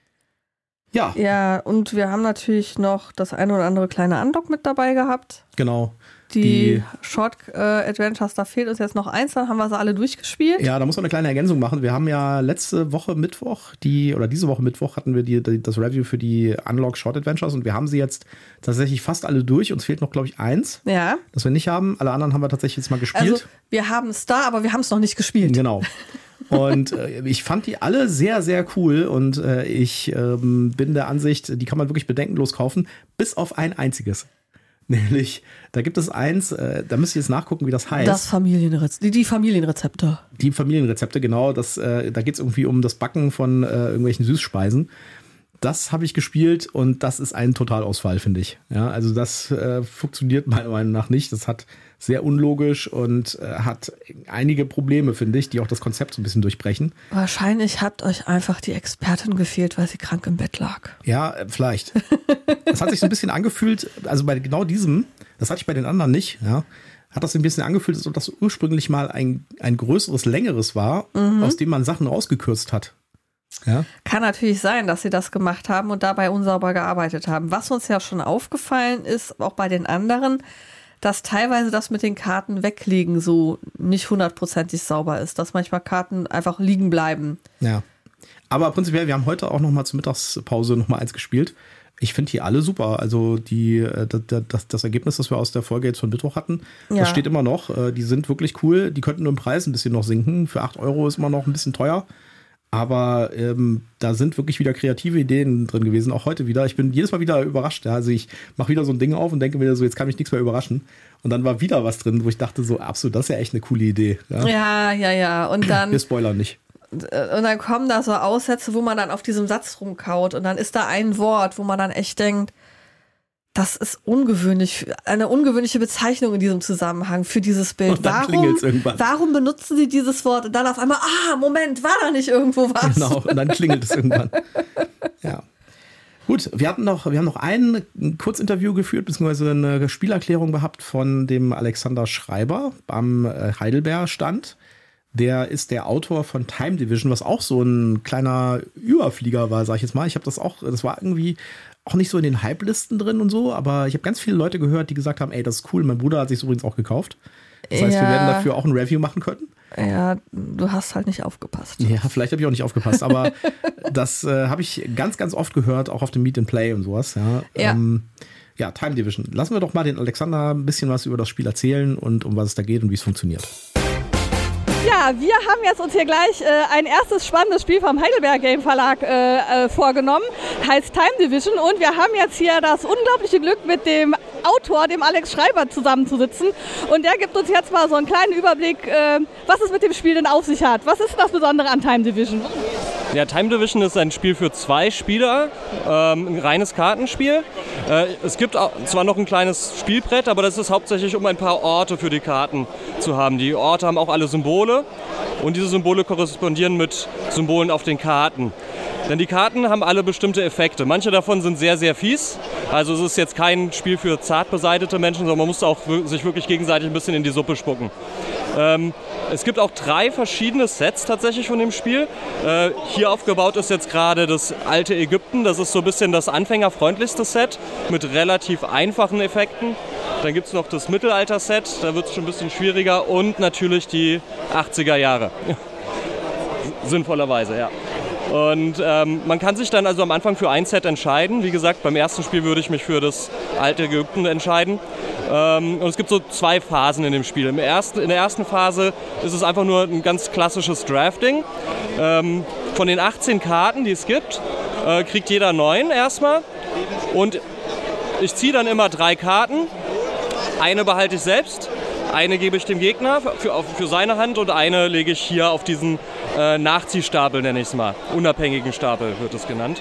Ja. Ja, und wir haben natürlich noch das eine oder andere kleine Unlock mit dabei gehabt. Genau. Die Short Adventures, da fehlt uns jetzt noch eins, dann haben wir sie alle durchgespielt. Ja, da muss man eine kleine Ergänzung machen. Wir haben ja letzte Woche Mittwoch, diese Woche Mittwoch hatten wir das Review für die Unlock Short Adventures und wir haben sie jetzt tatsächlich fast alle durch. Uns fehlt noch, glaube ich, eins, das wir nicht haben. Alle anderen haben wir tatsächlich jetzt mal gespielt. Also, wir haben es da, aber wir haben es noch nicht gespielt. Genau. Und ich fand die alle sehr, sehr cool und ich bin der Ansicht, die kann man wirklich bedenkenlos kaufen, bis auf ein einziges. Nämlich, da gibt es eins, da müsst ihr jetzt nachgucken, wie das heißt. Die Familienrezepte. Die Familienrezepte, genau. Da geht es irgendwie um das Backen von irgendwelchen Süßspeisen. Das habe ich gespielt und das ist ein Totalausfall, finde ich. Ja, also das funktioniert meiner Meinung nach nicht. Das hat sehr unlogisch und hat einige Probleme, finde ich, die auch das Konzept so ein bisschen durchbrechen. Wahrscheinlich hat euch einfach die Expertin gefehlt, weil sie krank im Bett lag. Ja, vielleicht. Das hat sich so ein bisschen angefühlt, also bei genau diesem, das hatte ich bei den anderen nicht, ja, hat das ein bisschen angefühlt, als ob das ursprünglich mal ein größeres, längeres war, aus dem man Sachen rausgekürzt hat. Ja. Kann natürlich sein, dass sie das gemacht haben und dabei unsauber gearbeitet haben. Was uns ja schon aufgefallen ist, auch bei den anderen, dass teilweise das mit den Karten weglegen so nicht 100%ig sauber ist, dass manchmal Karten einfach liegen bleiben. Ja, aber prinzipiell, wir haben heute auch noch mal zur Mittagspause noch mal eins gespielt. Ich finde die alle super. Also das Ergebnis, das wir aus der Folge jetzt von Mittwoch hatten, das steht immer noch. Die sind wirklich cool. Die könnten nur im Preis ein bisschen noch sinken. Für 8 € ist immer noch ein bisschen teuer. Aber da sind wirklich wieder kreative Ideen drin gewesen, auch heute wieder. Ich bin jedes Mal wieder überrascht. Ja? Also ich mache wieder so ein Ding auf und denke mir so, jetzt kann mich nichts mehr überraschen. Und dann war wieder was drin, wo ich dachte so, absolut, das ist ja echt eine coole Idee. Ja. Und dann, wir spoilern nicht. Und dann kommen da so Aussätze, wo man dann auf diesem Satz rumkaut. Und dann ist da ein Wort, wo man dann echt denkt, das ist ungewöhnlich, eine ungewöhnliche Bezeichnung in diesem Zusammenhang für dieses Bild. Und dann klingelt's irgendwann. Warum benutzen sie dieses Wort? Und dann auf einmal, Moment, war da nicht irgendwo was? Genau, und dann klingelt es irgendwann. Ja. Gut, wir haben noch ein Kurzinterview geführt, beziehungsweise eine Spielerklärung gehabt von dem Alexander Schreiber am Heidelberg-Stand. Der ist der Autor von Time Division, was auch so ein kleiner Überflieger war, sag ich jetzt mal. Das war irgendwie auch nicht so in den Hype-Listen drin und so, aber ich habe ganz viele Leute gehört, die gesagt haben, ey, das ist cool. Mein Bruder hat sich übrigens auch gekauft. Das heißt, wir werden dafür auch ein Review machen können. Ja, du hast halt nicht aufgepasst. Ja, vielleicht habe ich auch nicht aufgepasst, aber das habe ich ganz, ganz oft gehört, auch auf dem Meet and Play und sowas. Ja. Time Division. Lassen wir doch mal den Alexander ein bisschen was über das Spiel erzählen und um was es da geht und wie es funktioniert. Ja, wir haben jetzt uns hier gleich ein erstes spannendes Spiel vom Heidelberg Game Verlag vorgenommen, heißt Time Division, und wir haben jetzt hier das unglaubliche Glück, mit dem Autor, dem Alex Schreiber, zusammenzusitzen, und der gibt uns jetzt mal so einen kleinen Überblick, was es mit dem Spiel denn auf sich hat. Was ist das Besondere an Time Division? Ja, Time Division ist ein Spiel für 2 Spieler, ein reines Kartenspiel. Es gibt zwar noch ein kleines Spielbrett, aber das ist hauptsächlich, um ein paar Orte für die Karten zu haben. Die Orte haben auch alle Symbole und diese Symbole korrespondieren mit Symbolen auf den Karten. Denn die Karten haben alle bestimmte Effekte. Manche davon sind sehr, sehr fies Also es ist jetzt kein Spiel für zart beseitete Menschen, sondern man muss auch sich wirklich gegenseitig ein bisschen in die Suppe spucken. Es gibt auch 3 verschiedene Sets tatsächlich von dem Spiel. Hier aufgebaut ist jetzt gerade das alte Ägypten. Das ist so ein bisschen das anfängerfreundlichste Set mit relativ einfachen Effekten. Dann gibt es noch das Mittelalter-Set, da wird es schon ein bisschen schwieriger. Und natürlich die 80er Jahre. Sinnvollerweise, ja. Und man kann sich dann also am Anfang für ein Set entscheiden. Wie gesagt, beim ersten Spiel würde ich mich für das alte Ägypten entscheiden. Und es gibt so 2 Phasen in dem Spiel. In der ersten Phase ist es einfach nur ein ganz klassisches Drafting. Von den 18 Karten, die es gibt, kriegt jeder 9 erstmal. Und ich ziehe dann immer 3 Karten. Eine behalte ich selbst, eine gebe ich dem Gegner für seine Hand und eine lege ich hier auf diesen Nachziehstapel, nenne ich es mal. Unabhängigen Stapel wird es genannt.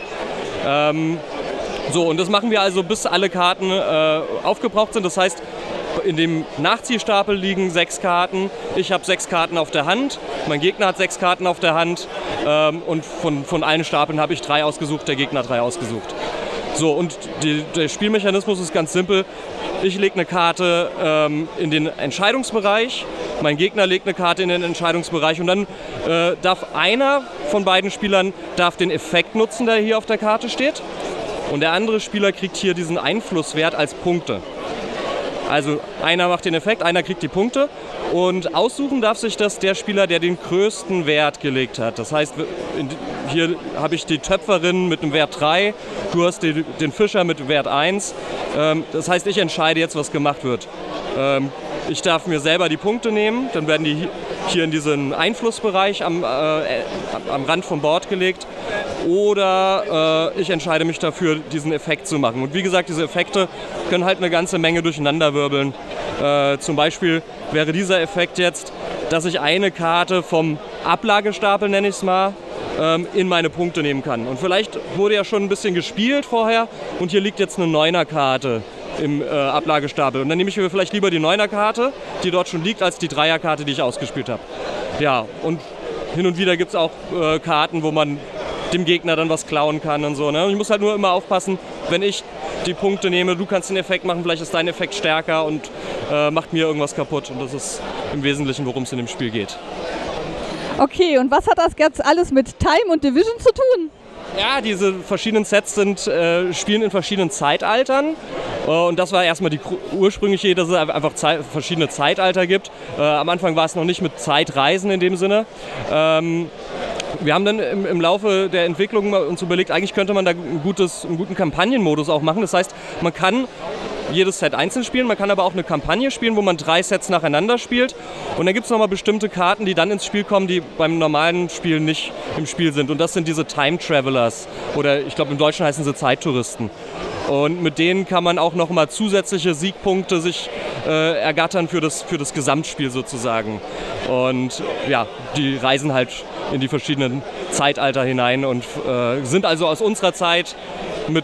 Und das machen wir also, bis alle Karten aufgebraucht sind. Das heißt, in dem Nachziehstapel liegen 6 Karten. Ich habe 6 Karten auf der Hand. Mein Gegner hat 6 Karten auf der Hand. Und von allen Stapeln habe ich 3 ausgesucht, der Gegner 3 ausgesucht. So, und der Spielmechanismus ist ganz simpel. Ich lege eine Karte in den Entscheidungsbereich, mein Gegner legt eine Karte in den Entscheidungsbereich und dann darf einer von beiden Spielern den Effekt nutzen, der hier auf der Karte steht. Und der andere Spieler kriegt hier diesen Einflusswert als Punkte. Also einer macht den Effekt, einer kriegt die Punkte und aussuchen darf sich das der Spieler, der den größten Wert gelegt hat. Das heißt, hier habe ich die Töpferin mit dem Wert 3, du hast den Fischer mit dem Wert 1. Das heißt, ich entscheide jetzt, was gemacht wird. Ich darf mir selber die Punkte nehmen, dann werden die hier in diesen Einflussbereich am Rand vom Board gelegt. Oder ich entscheide mich dafür, diesen Effekt zu machen. Und wie gesagt, diese Effekte können halt eine ganze Menge durcheinanderwirbeln. Zum Beispiel wäre dieser Effekt jetzt, dass ich eine Karte vom Ablagestapel, nenne ich es mal, in meine Punkte nehmen kann. Und vielleicht wurde ja schon ein bisschen gespielt vorher und hier liegt jetzt eine 9er-Karte im Ablagestapel. Und dann nehme ich mir vielleicht lieber die 9er-Karte, die dort schon liegt, als die 3er-Karte, die ich ausgespielt habe. Ja, und hin und wieder gibt es auch Karten, wo man dem Gegner dann was klauen kann und so. Ne? Ich muss halt nur immer aufpassen, wenn ich die Punkte nehme, du kannst den Effekt machen, vielleicht ist dein Effekt stärker und macht mir irgendwas kaputt. Und das ist im Wesentlichen, worum es in dem Spiel geht. Okay, und was hat das jetzt alles mit Time und Division zu tun? Ja, diese verschiedenen Sets spielen in verschiedenen Zeitaltern. Und das war erstmal die ursprüngliche Idee, dass es einfach verschiedene Zeitalter gibt. Am Anfang war es noch nicht mit Zeitreisen in dem Sinne. Wir haben dann im Laufe der Entwicklung uns überlegt, eigentlich könnte man da einen guten Kampagnenmodus auch machen. Das heißt, man kann jedes Set einzeln spielen, man kann aber auch eine Kampagne spielen, wo man 3 Sets nacheinander spielt. Und dann gibt es nochmal bestimmte Karten, die dann ins Spiel kommen, die beim normalen Spiel nicht im Spiel sind. Und das sind diese Time Travelers oder ich glaube im Deutschen heißen sie Zeittouristen. Und mit denen kann man auch nochmal zusätzliche Siegpunkte sich ergattern für das Gesamtspiel sozusagen. Und ja, die reisen halt in die verschiedenen Zeitalter hinein und sind also aus unserer Zeit mit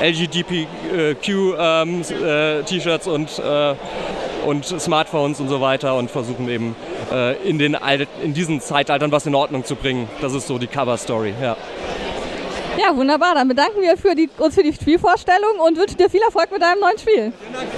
LGBTQ-T-Shirts und Smartphones und so weiter und versuchen eben in diesen Zeitaltern was in Ordnung zu bringen. Das ist so die Cover-Story, ja. Ja, wunderbar. Dann bedanken wir uns für die Spielvorstellung und wünschen dir viel Erfolg mit deinem neuen Spiel.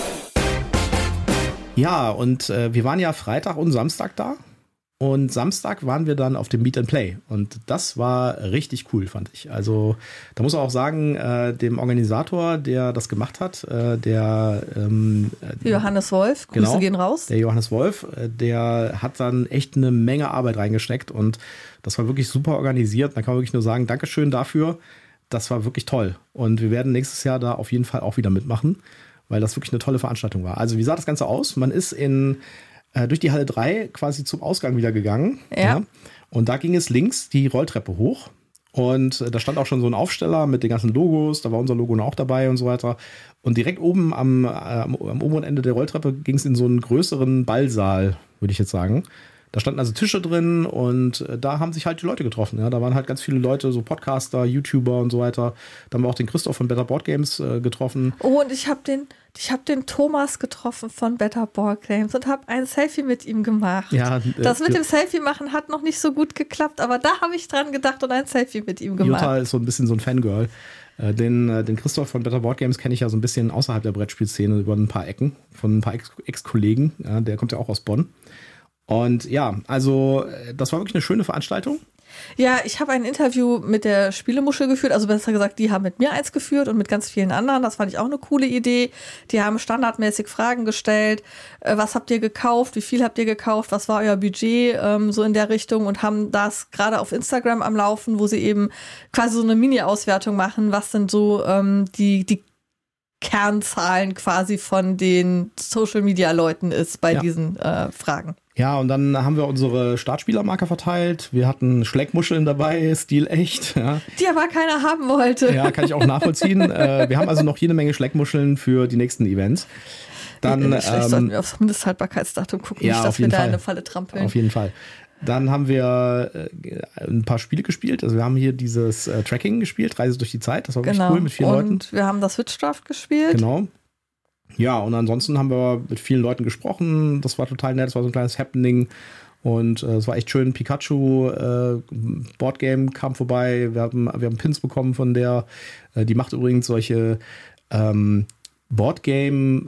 Ja, und wir waren ja Freitag und Samstag da. Und Samstag waren wir dann auf dem Meet and Play. Und das war richtig cool, fand ich. Also da muss man auch sagen, dem Organisator, der das gemacht hat, Johannes Wolf, Grüße gehen raus. Der Johannes Wolf, der hat dann echt eine Menge Arbeit reingesteckt. Und das war wirklich super organisiert. Da kann man wirklich nur sagen, Dankeschön dafür. Das war wirklich toll. Und wir werden nächstes Jahr da auf jeden Fall auch wieder mitmachen, weil das wirklich eine tolle Veranstaltung war. Also wie sah das Ganze aus? Man ist durch die Halle 3 quasi zum Ausgang wieder gegangen. Ja. Und da ging es links die Rolltreppe hoch. Und da stand auch schon so ein Aufsteller mit den ganzen Logos. Da war unser Logo auch dabei und so weiter. Und direkt oben am oberen Ende der Rolltreppe ging es in so einen größeren Ballsaal, würde ich jetzt sagen. Da standen also Tische drin und da haben sich halt die Leute getroffen. Ja. Da waren halt ganz viele Leute, so Podcaster, YouTuber und so weiter. Da haben wir auch den Christoph von Better Board Games getroffen. Oh, und ich habe den Thomas getroffen von Better Board Games und habe ein Selfie mit ihm gemacht. Ja, das mit dem Selfie machen hat noch nicht so gut geklappt, aber da habe ich dran gedacht und ein Selfie mit ihm gemacht. Jutta ist so ein bisschen so ein Fangirl. Den Christoph von Better Board Games kenne ich ja so ein bisschen außerhalb der Brettspielszene über ein paar Ecken von ein paar Ex-Kollegen. Ja, der kommt ja auch aus Bonn. Und ja, also das war wirklich eine schöne Veranstaltung. Ja, ich habe ein Interview mit der Spielemuschel geführt, also besser gesagt, die haben mit mir eins geführt und mit ganz vielen anderen. Das fand ich auch eine coole Idee. Die haben standardmäßig Fragen gestellt. Was habt ihr gekauft? Wie viel habt ihr gekauft? Was war euer Budget? So in der Richtung und haben das gerade auf Instagram am Laufen, wo sie eben quasi so eine Mini-Auswertung machen. Was sind so die Kernzahlen quasi von den Social-Media-Leuten ist bei diesen Fragen. Ja, und dann haben wir unsere Startspielermarker verteilt. Wir hatten Schleckmuscheln dabei, stilecht. Ja. Die aber keiner haben wollte. Ja, kann ich auch nachvollziehen. Wir haben also noch jede Menge Schleckmuscheln für die nächsten Events. Dann vielleicht sollten wir aufs Mindesthaltbarkeitsdatum gucken, ja, nicht, dass wir da in eine Falle trampeln. Auf jeden Fall. Dann haben wir ein paar Spiele gespielt. Also wir haben hier dieses Tracking gespielt, Reise durch die Zeit. Das war wirklich cool mit vielen Leuten. Und wir haben das Switchdraft gespielt. Genau. Ja, und ansonsten haben wir mit vielen Leuten gesprochen. Das war total nett. Das war so ein kleines Happening. Und es war echt schön. Pikachu Boardgame kam vorbei. Wir haben Pins bekommen von der. Die macht übrigens solche Boardgame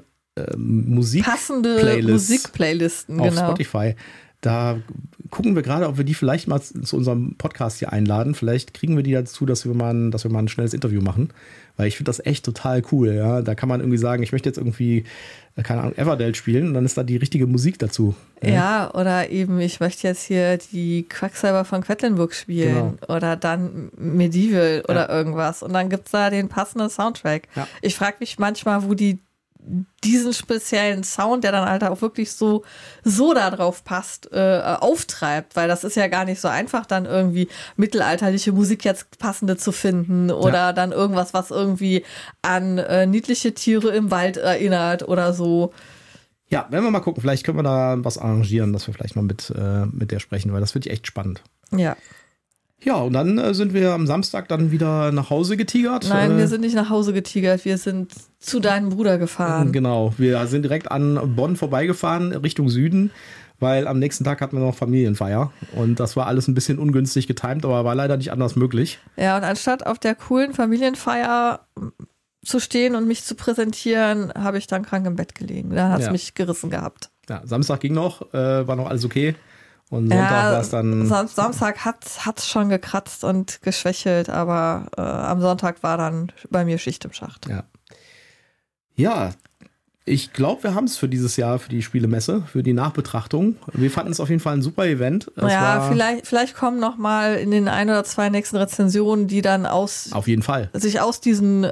passende Musikplaylisten auf genau. Spotify. Da gucken wir gerade, ob wir die vielleicht mal zu unserem Podcast hier einladen. Vielleicht kriegen wir die dazu, dass wir mal ein schnelles Interview machen. Weil ich finde das echt total cool. Ja? Da kann man irgendwie sagen, ich möchte jetzt irgendwie, keine Ahnung, Everdell spielen und dann ist da die richtige Musik dazu. Ja, oder eben, ich möchte jetzt hier die Quacksalber von Quedlinburg spielen. Genau. Oder dann Medieval oder irgendwas. Und dann gibt es da den passenden Soundtrack. Ja. Ich frage mich manchmal, wo die diesen speziellen Sound, der dann halt auch wirklich so da drauf passt, auftreibt, weil das ist ja gar nicht so einfach, dann irgendwie mittelalterliche Musik jetzt passende zu finden oder dann irgendwas, was irgendwie an niedliche Tiere im Wald erinnert oder so. Ja, werden wir mal gucken, vielleicht können wir da was arrangieren, dass wir vielleicht mal mit der sprechen, weil das finde ich echt spannend. Ja. Ja, und dann sind wir am Samstag dann wieder nach Hause getigert. Nein, wir sind nicht nach Hause getigert, wir sind zu deinem Bruder gefahren. Genau, wir sind direkt an Bonn vorbeigefahren, Richtung Süden, weil am nächsten Tag hatten wir noch Familienfeier. Und das war alles ein bisschen ungünstig getimt, aber war leider nicht anders möglich. Ja, und anstatt auf der coolen Familienfeier zu stehen und mich zu präsentieren, habe ich dann krank im Bett gelegen. Da hat es mich gerissen gehabt. Ja, Samstag ging noch, war noch alles okay. Und Sonntag war es dann. Samstag hat's schon gekratzt und geschwächelt, aber am Sonntag war dann bei mir Schicht im Schacht. Ja, ich glaube, wir haben es für dieses Jahr, für die Spielemesse, für die Nachbetrachtung. Wir fanden es auf jeden Fall ein super Event. Vielleicht kommen noch mal in den 1 oder 2 nächsten Rezensionen, die dann auf jeden Fall sich aus diesem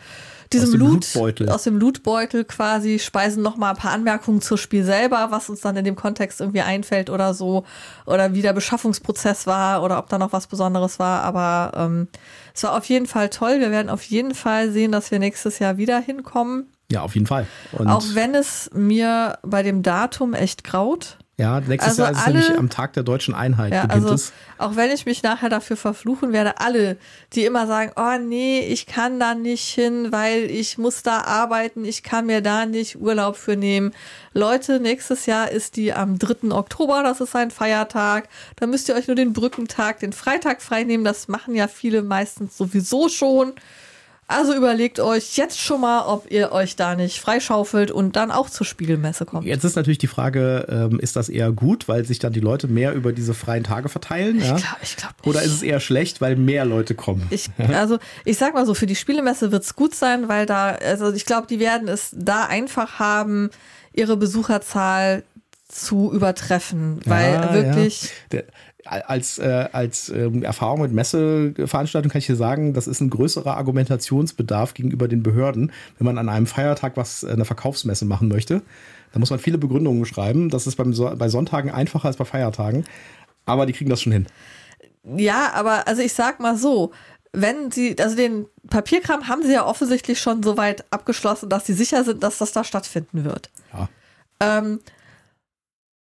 Lootbeutel quasi speisen noch mal ein paar Anmerkungen zum Spiel selber, was uns dann in dem Kontext irgendwie einfällt oder so, oder wie der Beschaffungsprozess war oder ob da noch was Besonderes war, aber es war auf jeden Fall toll. Wir werden auf jeden Fall sehen, dass wir nächstes Jahr wieder hinkommen. Ja, auf jeden Fall. Und auch wenn es mir bei dem Datum echt graut. Ja, nächstes Jahr ist es nämlich am Tag der Deutschen Einheit beginnt es. Auch wenn ich mich nachher dafür verfluchen werde, alle, die immer sagen, oh nee, ich kann da nicht hin, weil ich muss da arbeiten, ich kann mir da nicht Urlaub für nehmen. Leute, nächstes Jahr ist die am 3. Oktober, das ist ein Feiertag. Da müsst ihr euch nur den Brückentag, den Freitag frei nehmen. Das machen ja viele meistens sowieso schon. Also überlegt euch jetzt schon mal, ob ihr euch da nicht freischaufelt und dann auch zur Spielmesse kommt. Jetzt ist natürlich die Frage, ist das eher gut, weil sich dann die Leute mehr über diese freien Tage verteilen? Ich glaube nicht. Oder ist es eher schlecht, weil mehr Leute kommen? Also ich sag mal so, für die Spielmesse wird es gut sein, weil ich glaube, die werden es da einfach haben, ihre Besucherzahl zu übertreffen, weil wirklich... Ja. Als Erfahrung mit Messeveranstaltungen kann ich dir sagen, das ist ein größerer Argumentationsbedarf gegenüber den Behörden, wenn man an einem Feiertag eine Verkaufsmesse machen möchte. Da muss man viele Begründungen schreiben. Das ist bei Sonntagen einfacher als bei Feiertagen. Aber die kriegen das schon hin. Ja, aber also ich sag mal so, den Papierkram haben sie ja offensichtlich schon so weit abgeschlossen, dass sie sicher sind, dass das da stattfinden wird. Ja.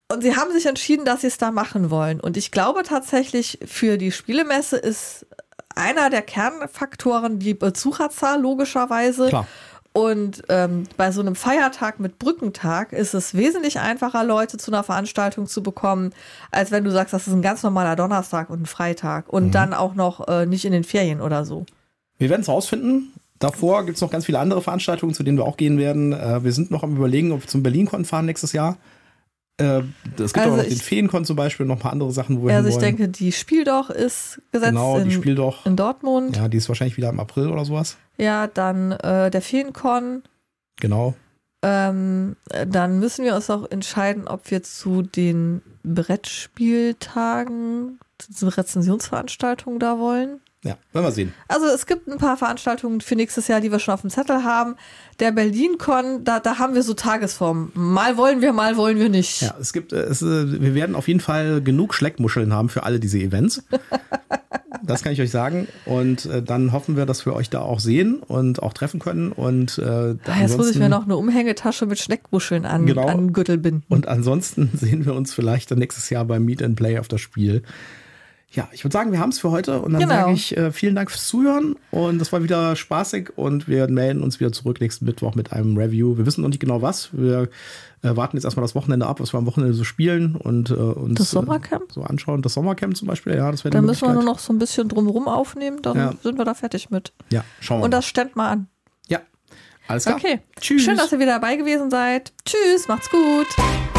Und sie haben sich entschieden, dass sie es da machen wollen. Und ich glaube tatsächlich, für die Spielemesse ist einer der Kernfaktoren die Besucherzahl, logischerweise. Klar. Und bei so einem Feiertag mit Brückentag ist es wesentlich einfacher, Leute zu einer Veranstaltung zu bekommen, als wenn du sagst, das ist ein ganz normaler Donnerstag und ein Freitag. Und dann auch noch nicht in den Ferien oder so. Wir werden es rausfinden. Davor gibt es noch ganz viele andere Veranstaltungen, zu denen wir auch gehen werden. Wir sind noch am Überlegen, ob wir zum BerlinCon fahren nächstes Jahr. Es gibt auch noch den Feencon zum Beispiel, noch ein paar andere Sachen, wo wir Also ich hinwollen. denke, die Spieldoch ist gesetzt die Spieldoch in Dortmund. Ja, die ist wahrscheinlich wieder im April oder sowas. Ja, dann der Feencon. Genau. Dann müssen wir uns auch entscheiden, ob wir zu den Brettspieltagen, zu Rezensionsveranstaltungen da wollen. Ja, werden wir sehen. Also es gibt ein paar Veranstaltungen für nächstes Jahr, die wir schon auf dem Zettel haben. Der BerlinCon, da haben wir so Tagesformen. Mal wollen wir nicht. Ja, wir werden auf jeden Fall genug Schleckmuscheln haben für alle diese Events. Das kann ich euch sagen. Und dann hoffen wir, dass wir euch da auch sehen und auch treffen können. Und jetzt muss ich mir noch eine Umhängetasche mit Schleckmuscheln an den Gürtel binden. Und ansonsten sehen wir uns vielleicht dann nächstes Jahr beim Meet and Play auf das Spiel. Ja, ich würde sagen, wir haben es für heute und dann sage ich vielen Dank fürs Zuhören und das war wieder spaßig und wir melden uns wieder zurück nächsten Mittwoch mit einem Review. Wir wissen noch nicht genau was. Wir warten jetzt erstmal das Wochenende ab, was wir am Wochenende so spielen und uns das Sommercamp? So anschauen. Das Sommercamp zum Beispiel, ja, das wäre Dann müssen wir nur noch so ein bisschen drumherum aufnehmen, dann sind wir da fertig mit. Ja, schauen wir Und mal. das stellt mal an. Ja, alles klar. Okay, Tschüss. Schön, dass ihr wieder dabei gewesen seid. Tschüss, macht's gut.